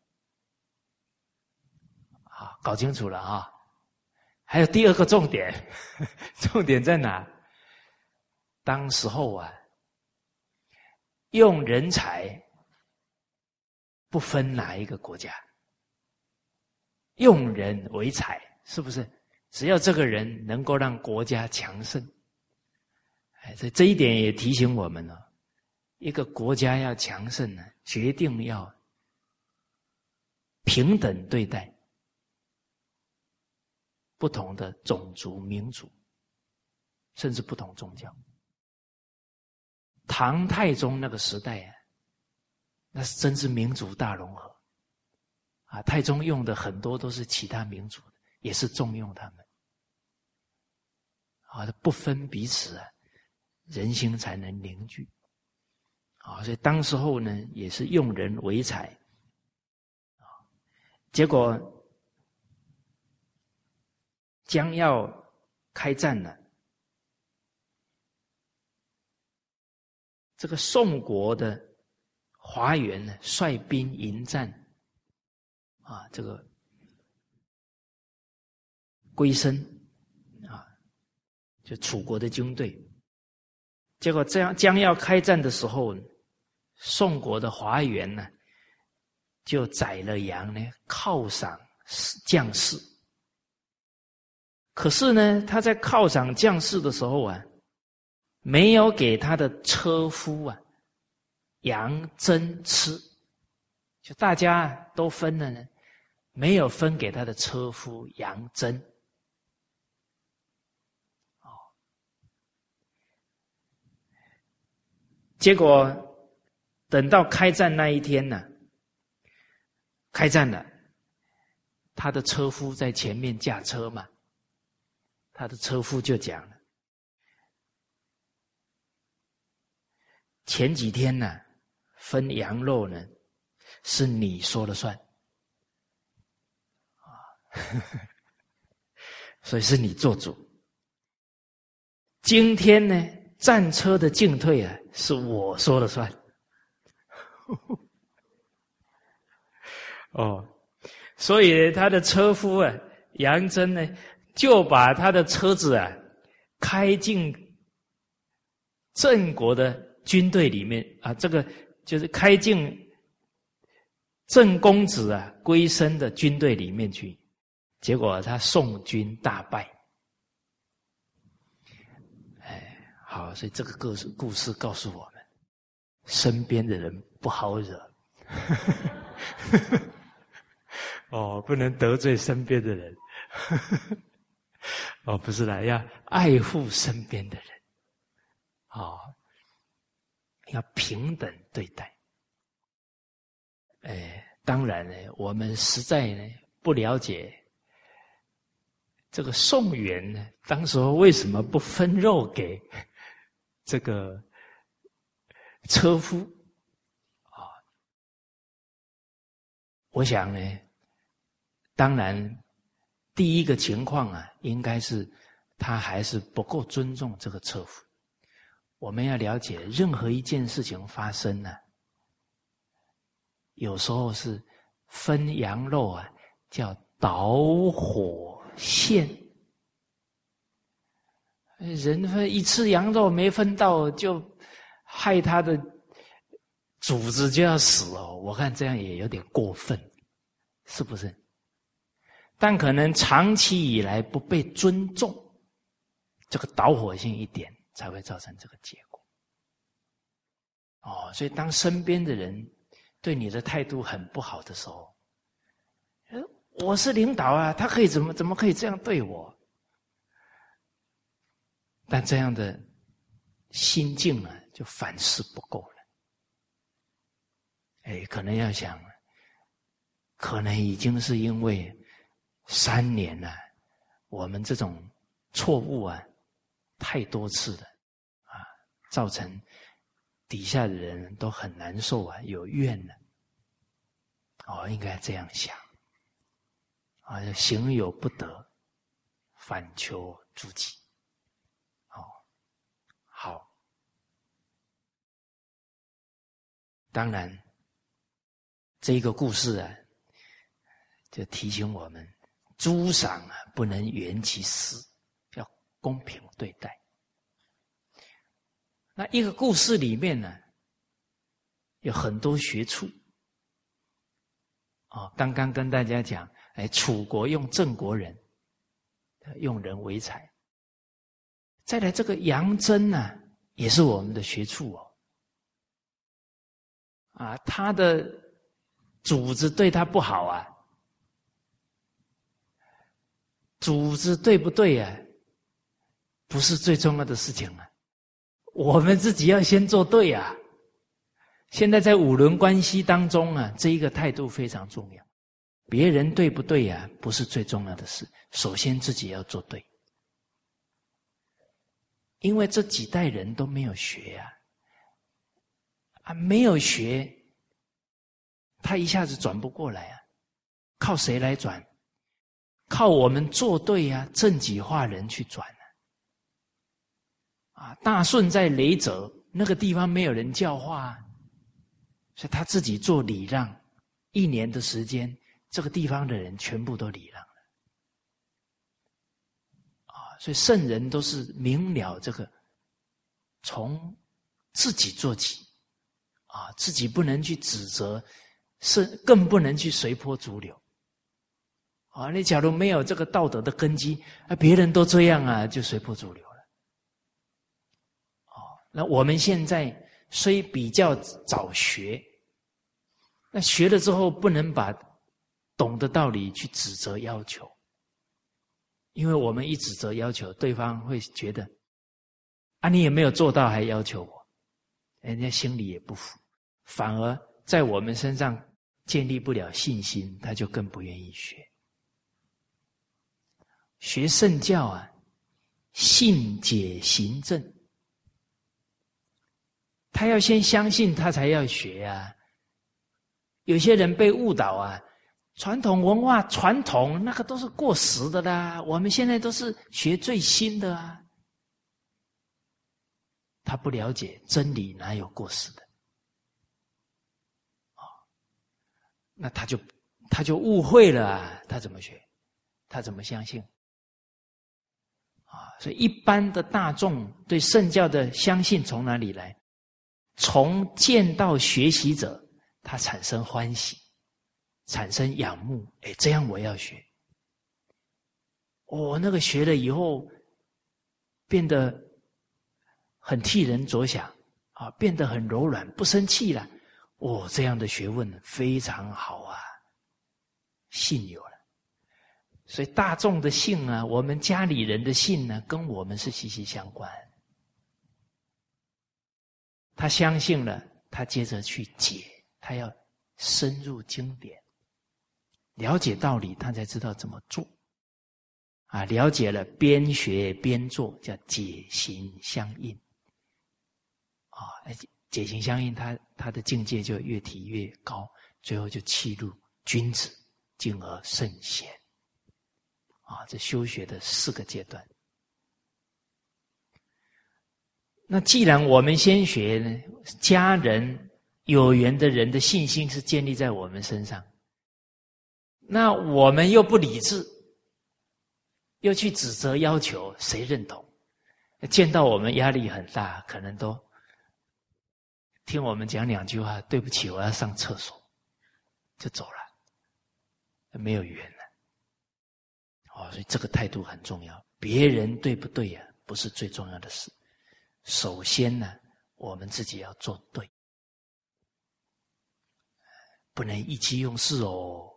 搞清楚了还有第二个重点重点在哪？当时候用人才不分哪一个国家，用人为才，是不是？只要这个人能够让国家强盛，这一点也提醒我们了，一个国家要强盛呢，决定要平等对待不同的种族、民族，甚至不同宗教。唐太宗那个时代那是真是民族大融合太宗用的很多都是其他民族的，也是重用他们不分彼此人心才能凝聚所以当时候呢也是用人为才结果将要开战了，这个宋国的华元呢率兵迎战这个归身就楚国的军队。结果这样将要开战的时候，宋国的华元呢就宰了羊呢犒赏将士。可是呢他在犒赏将士的时候没有给他的车夫羊胗吃，就大家都分了呢，没有分给他的车夫羊胗。结果等到开战那一天呢，开战了，他的车夫在前面驾车嘛，他的车夫就讲了，前几天呢分羊肉呢是你说了算所以是你做主。今天呢战车的进退是我说了算哦，所以他的车夫啊，杨真呢，就把他的车子啊开进郑国的军队里面啊，这个就是开进郑公子啊归身的军队里面去，结果他宋军大败。好，所以这个故事告诉我们，身边的人不好惹。哦，不能得罪身边的人。哦，不是啦，要爱护身边的人。哦，要平等对待。当然呢，我们实在呢不了解这个宋元呢，当时候为什么不分肉给这个车夫啊？我想呢，当然第一个情况啊，应该是他还是不够尊重这个车夫。我们要了解，任何一件事情发生呢，有时候是分羊肉啊，叫导火线。人分一次羊肉没分到，就害他的主子就要死哦。我看这样也有点过分，是不是？但可能长期以来不被尊重，这个导火线一点，才会造成这个结果。哦，所以当身边的人对你的态度很不好的时候，我是领导啊，他可以怎么可以这样对我？但这样的心境啊，就反思不够了。可能要想，可能已经是因为3年了，我们这种错误啊，太多次了啊，造成底下的人都很难受啊，有怨了。哦，应该这样想啊，行有不得，反求诸己。好，当然，这个故事啊，就提醒我们，诸赏啊不能圆其私，要公平对待。那一个故事里面呢，有很多学处。刚刚跟大家讲，楚国用郑国人，用人为才。再来这个杨真啊，也是我们的学处哦。他的主子对他不好啊，主子对不对啊，不是最重要的事情啊。我们自己要先做对啊。现在在5伦关系当中啊，这一个态度非常重要。别人对不对啊，不是最重要的事，首先自己要做对。因为这几代人都没有学没有学，他一下子转不过来啊。靠谁来转？靠我们做对啊，正己化人去转大舜在雷泽那个地方没有人教化所以他自己做礼让，1年的时间，这个地方的人全部都礼让了。所以圣人都是明了这个，从自己做起自己不能去指责，更不能去随波逐流你假如没有这个道德的根基别人都这样就随波逐流了那我们现在虽比较早学，那学了之后不能把懂的道理去指责要求，因为我们一指责要求，对方会觉得你也没有做到还要求我，人家心里也不服，反而在我们身上建立不了信心，他就更不愿意学。学圣教信解行正，他要先相信他才要学有些人被误导传统文化传统那个都是过时的啦，我们现在都是学最新的他不了解真理哪有过时的那他就误会了啊，他怎么学？他怎么相信？啊，所以一般的大众对圣教的相信从哪里来？从见到学习者，他产生欢喜，产生仰慕，哎，这样我要学。那个学了以后，变得很替人着想啊，变得很柔软，不生气了。这样的学问非常好啊，信有了。所以大众的信啊，我们家里人的信呢，跟我们是息息相关。他相信了，他接着去解，他要深入经典，了解道理，他才知道怎么做。啊，了解了，边学边做，叫解行相应。啊，解行相应，他的境界就越提越高，最后就契入君子，进而圣贤。啊，这修学的4个阶段。那既然我们先学呢，家人有缘的人的信心是建立在我们身上，那我们又不理智，又去指责要求，谁认同？见到我们压力很大，可能都听我们讲2句话，对不起，我要上厕所，就走了，没有缘了。所以这个态度很重要。别人对不对啊，不是最重要的事。首先呢，我们自己要做对，不能意气用事哦。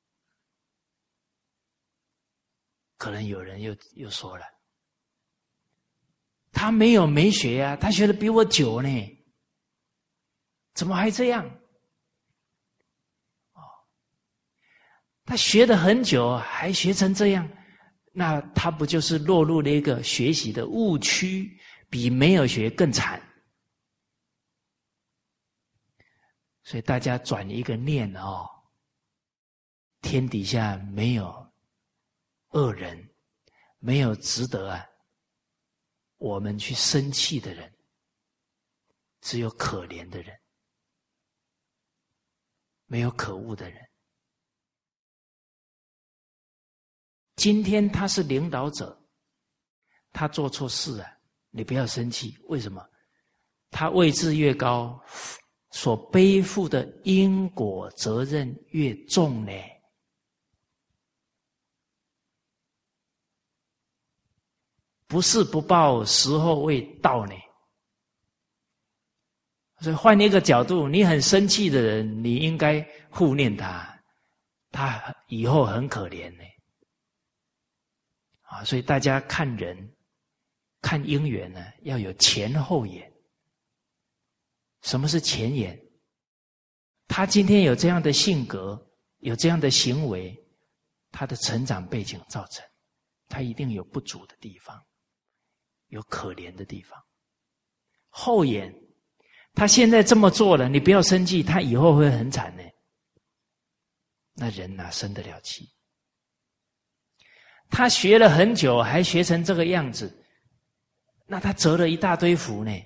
可能有人又说了，他没学啊，他学的比我久呢，怎么还这样？他学得很久，还学成这样，那他不就是落入了一个学习的误区，比没有学更惨？所以大家转一个念天底下没有恶人，没有值得我们去生气的人，只有可怜的人，没有可恶的人。今天他是领导者，他做错事你不要生气。为什么？他位置越高，所背负的因果责任越重呢。不是不报，时候未到呢。所以换一个角度，你很生气的人，你应该护念他，他以后很可怜呢。所以大家看人、看因缘呢，要有前后眼。什么是前眼？他今天有这样的性格，有这样的行为，他的成长背景造成，他一定有不足的地方，有可怜的地方。后眼，他现在这么做了，你不要生气，他以后会很惨呢。那人哪生得了气？他学了很久，还学成这个样子，那他折了一大堆福呢。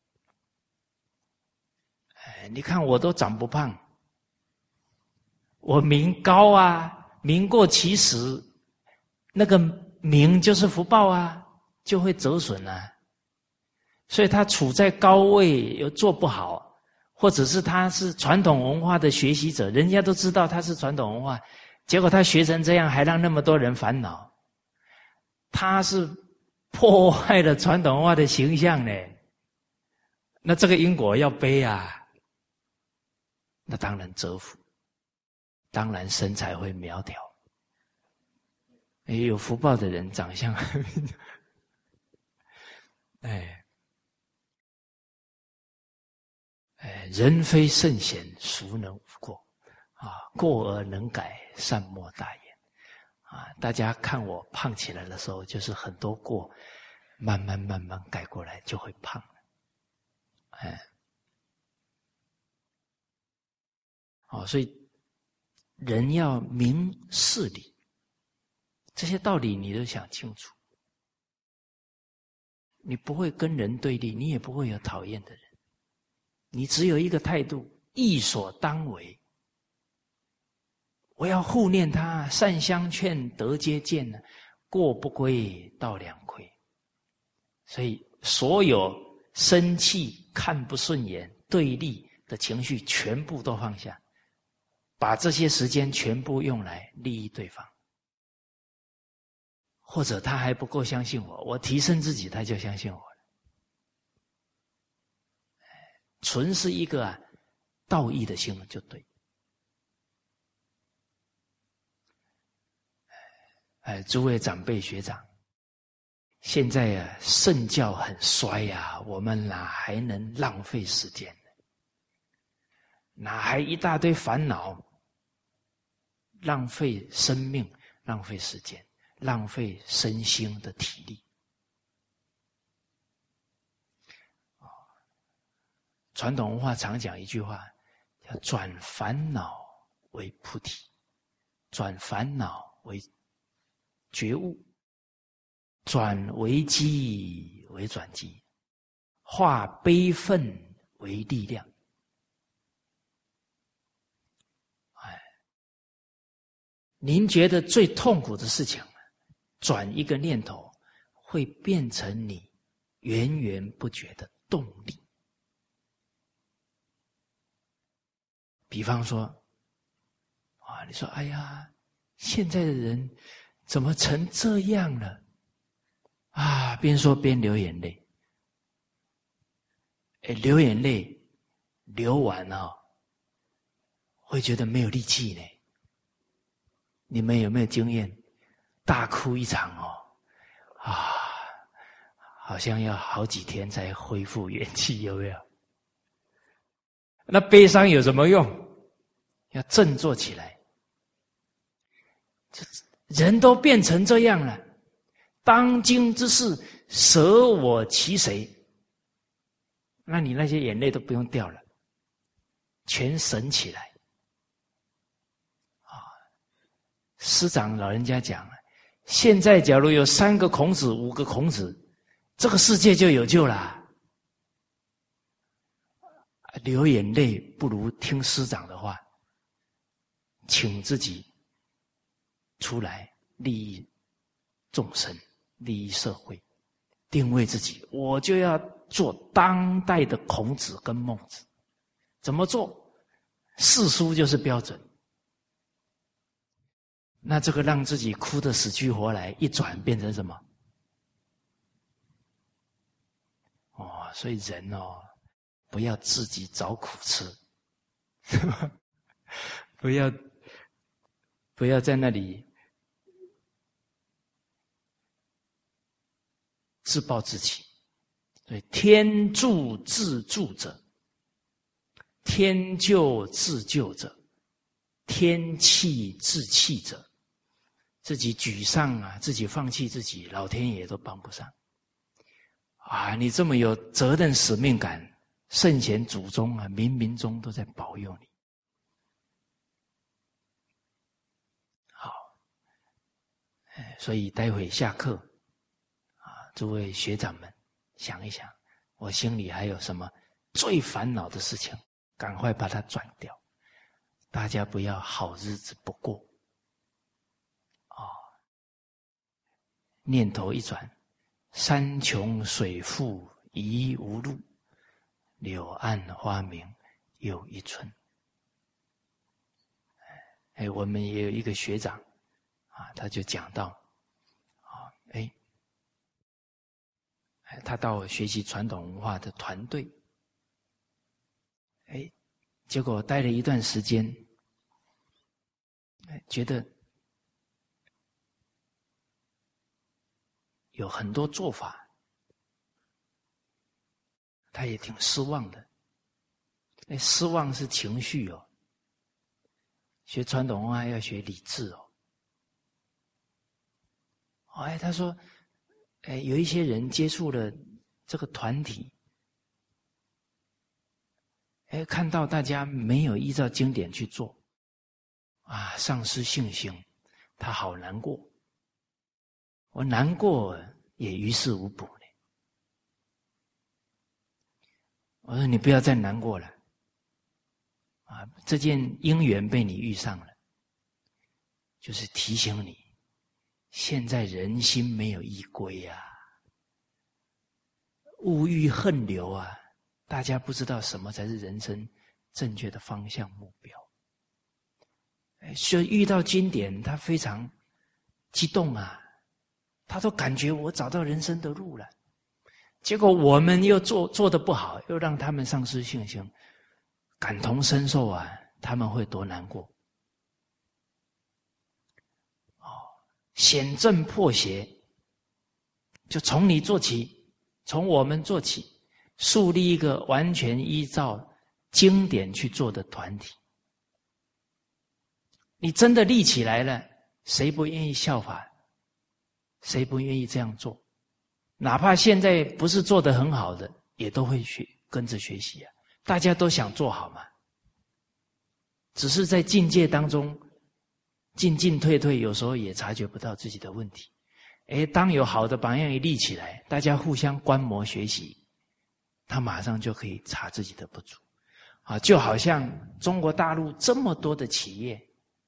你看我都长不胖，我名高名过其实，那个名就是福报就会折损所以他处在高位又做不好，或者是他是传统文化的学习者，人家都知道他是传统文化，结果他学成这样，还让那么多人烦恼。他是破坏了传统文化的形象呢，那这个因果要背那当然折福，当然身材会苗条。有福报的人长相人非圣贤，孰能无过？过而能改，善莫大焉。大家看我胖起来的时候，就是很多过，慢慢改过来就会胖了。所以人要明事理，这些道理你都想清楚，你不会跟人对立，你也不会有讨厌的人，你只有一个态度，义所当为。 我要护念他，善相劝，得接见呢，过不归，道两亏。所以所有生气、看不顺眼、对立的情绪全部都放下，把这些时间全部用来利益对方。或者他还不够相信我，我提升自己，他就相信我了。纯是一个道义的心就对。诸位长辈学长，现在圣教很衰我们哪还能浪费时间呢？哪还一大堆烦恼，浪费生命，浪费时间，浪费身心的体力。传统文化常讲一句话，叫转烦恼为菩提，转烦恼为觉悟，转危机为转机，化悲愤为力量。您觉得最痛苦的事情，转一个念头会变成你源源不绝的动力。比方说你说哎呀，现在的人怎么成这样了边说边流眼泪。流眼泪流完会觉得没有力气呢。你们有没有经验？大哭一场好像要好几天才恢复元气，有没有？那悲伤有什么用？要振作起来。人都变成这样了，当今之事，舍我其谁？那你那些眼泪都不用掉了，全省起来。师长老人家讲了，现在假如有3个孔子、5个孔子，这个世界就有救了。流眼泪不如听师长的话，请自己出来利益众生，利益社会，定位自己，我就要做当代的孔子跟孟子。怎么做？四书就是标准。那这个让自己哭得死去活来，一转变成什么？所以人不要自己找苦吃，不要在那里自暴自弃。所以天助自助者，天救自救者，天弃自弃者。自己沮丧自己放弃自己，老天爷都帮不上。你这么有责任使命感，圣贤祖宗冥冥中都在保佑你。好，所以待会下课诸位学长们想一想，我心里还有什么最烦恼的事情，赶快把它转掉。大家不要好日子不过。念头一转，山穷水复疑无路，柳暗花明又一村。我们也有一个学长他就讲到他到学习传统文化的团队，结果待了一段时间，觉得有很多做法，他也挺失望的。失望是情绪学传统文化要学理智他说有一些人接触了这个团体，看到大家没有依照经典去做丧失信心，他好难过。我难过也于事无补呢。我说你不要再难过了这件因缘被你遇上了， 就是提醒你，现在人心没有依归啊，物欲横流啊，大家不知道什么才是人生正确的方向目标。所以遇到经典，他非常激动啊，他都感觉我找到人生的路了。结果我们又做得不好，又让他们丧失信心，感同身受啊，他们会多难过。显正破邪，就从你做起，从我们做起，树立一个完全依照经典去做的团体。你真的立起来了，谁不愿意效法？谁不愿意这样做？哪怕现在不是做得很好的，也都会跟着学习啊。大家都想做好嘛，只是在境界当中进进退退，有时候也察觉不到自己的问题。当有好的榜样一立起来，大家互相观摩学习，他马上就可以查自己的不足啊。就好像中国大陆这么多的企业，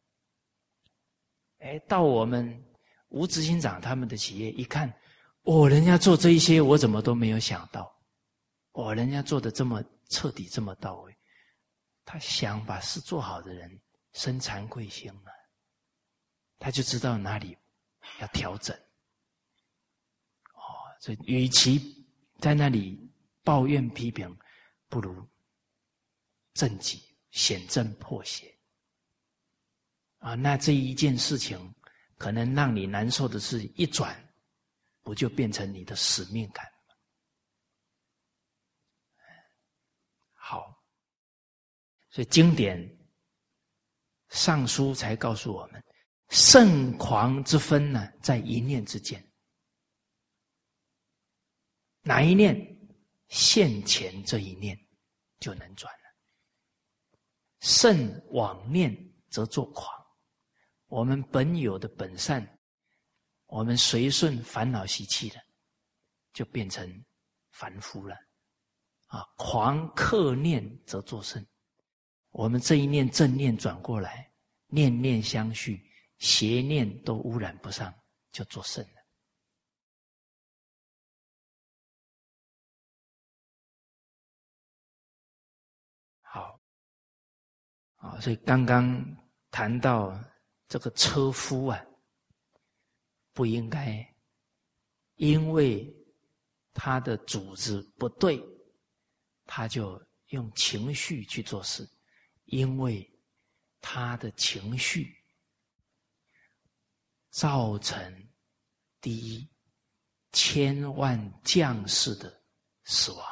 到我们吴执行长他们的企业一看，人家做这一些我怎么都没有想到，人家做的这么彻底这么到位，他想把事做好的人生惭愧心啊，他就知道哪里要调整。所以与其在那里抱怨批评，不如正己，显正破邪啊。那这一件事情可能让你难受的事一转，不就变成你的使命感吗？好，所以经典上书才告诉我们，圣狂之分呢，在一念之间。哪一念？现前这一念就能转了。圣往念则作狂，我们本有的本善，我们随顺烦恼习气了，就变成凡夫了啊！狂克念则作圣，我们这一念正念转过来，念念相续，邪念都污染不上，就作圣了。好，所以刚刚谈到这个车夫啊，不应该因为他的主子不对，他就用情绪去做事，因为他的情绪造成第一，千万将士的死亡；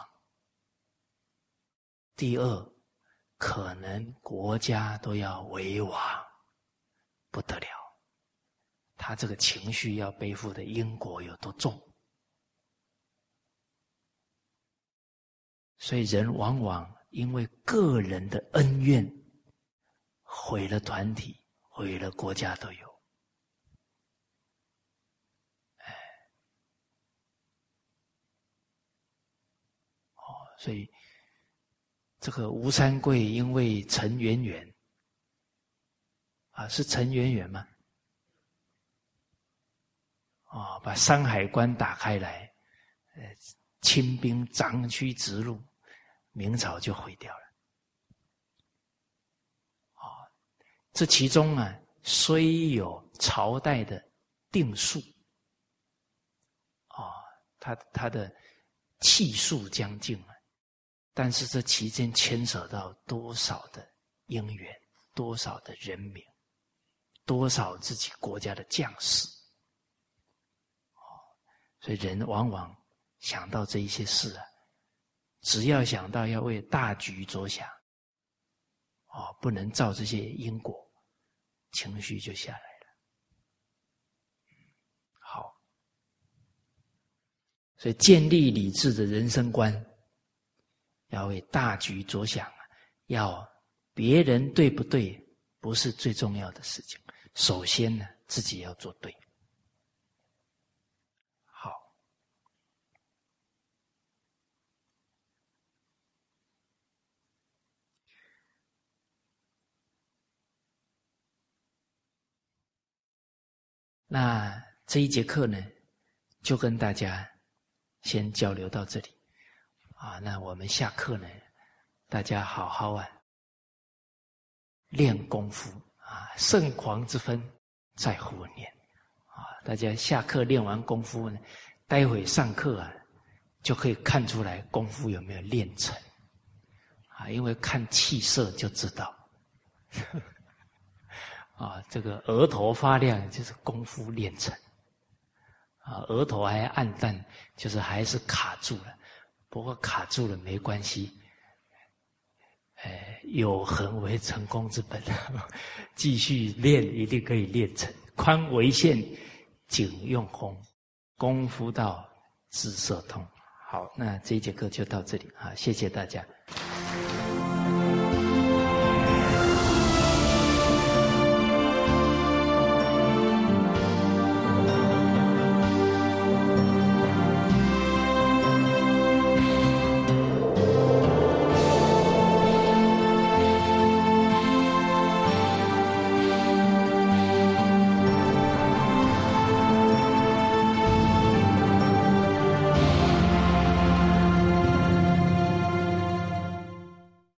第二，可能国家都要危亡，不得了。他这个情绪要背负的因果有多重？所以人往往因为个人的恩怨，毁了团体，毁了国家都有。所以这个吴三桂因为陈圆圆是陈圆圆吗？把山海关打开来，清兵长驱直入，明朝就毁掉了。这其中虽有朝代的定数，他的气数将近了，但是这期间牵扯到多少的因缘，多少的人民，多少自己国家的将士。所以人往往想到这一些事只要想到要为大局着想，不能照这些因果，情绪就下来了。好，所以建立理智的人生观，要为大局着想要别人对不对不是最重要的事情，首先呢自己要做对。好， 那这一节课呢，就跟大家先交流到这里啊。那我们下课呢，大家好好练功夫啊，圣狂之分在乎念啊。大家下课练完功夫呢，待会上课就可以看出来功夫有没有练成啊，因为看气色就知道啊，这个额头发亮就是功夫练成啊，额头还暗淡就是还是卡住了，不过卡住了没关系，有恒为成功之本，继续练一定可以练成。宽为限，紧用功，功夫到智色通。好，那这一节课就到这里啊，谢谢大家。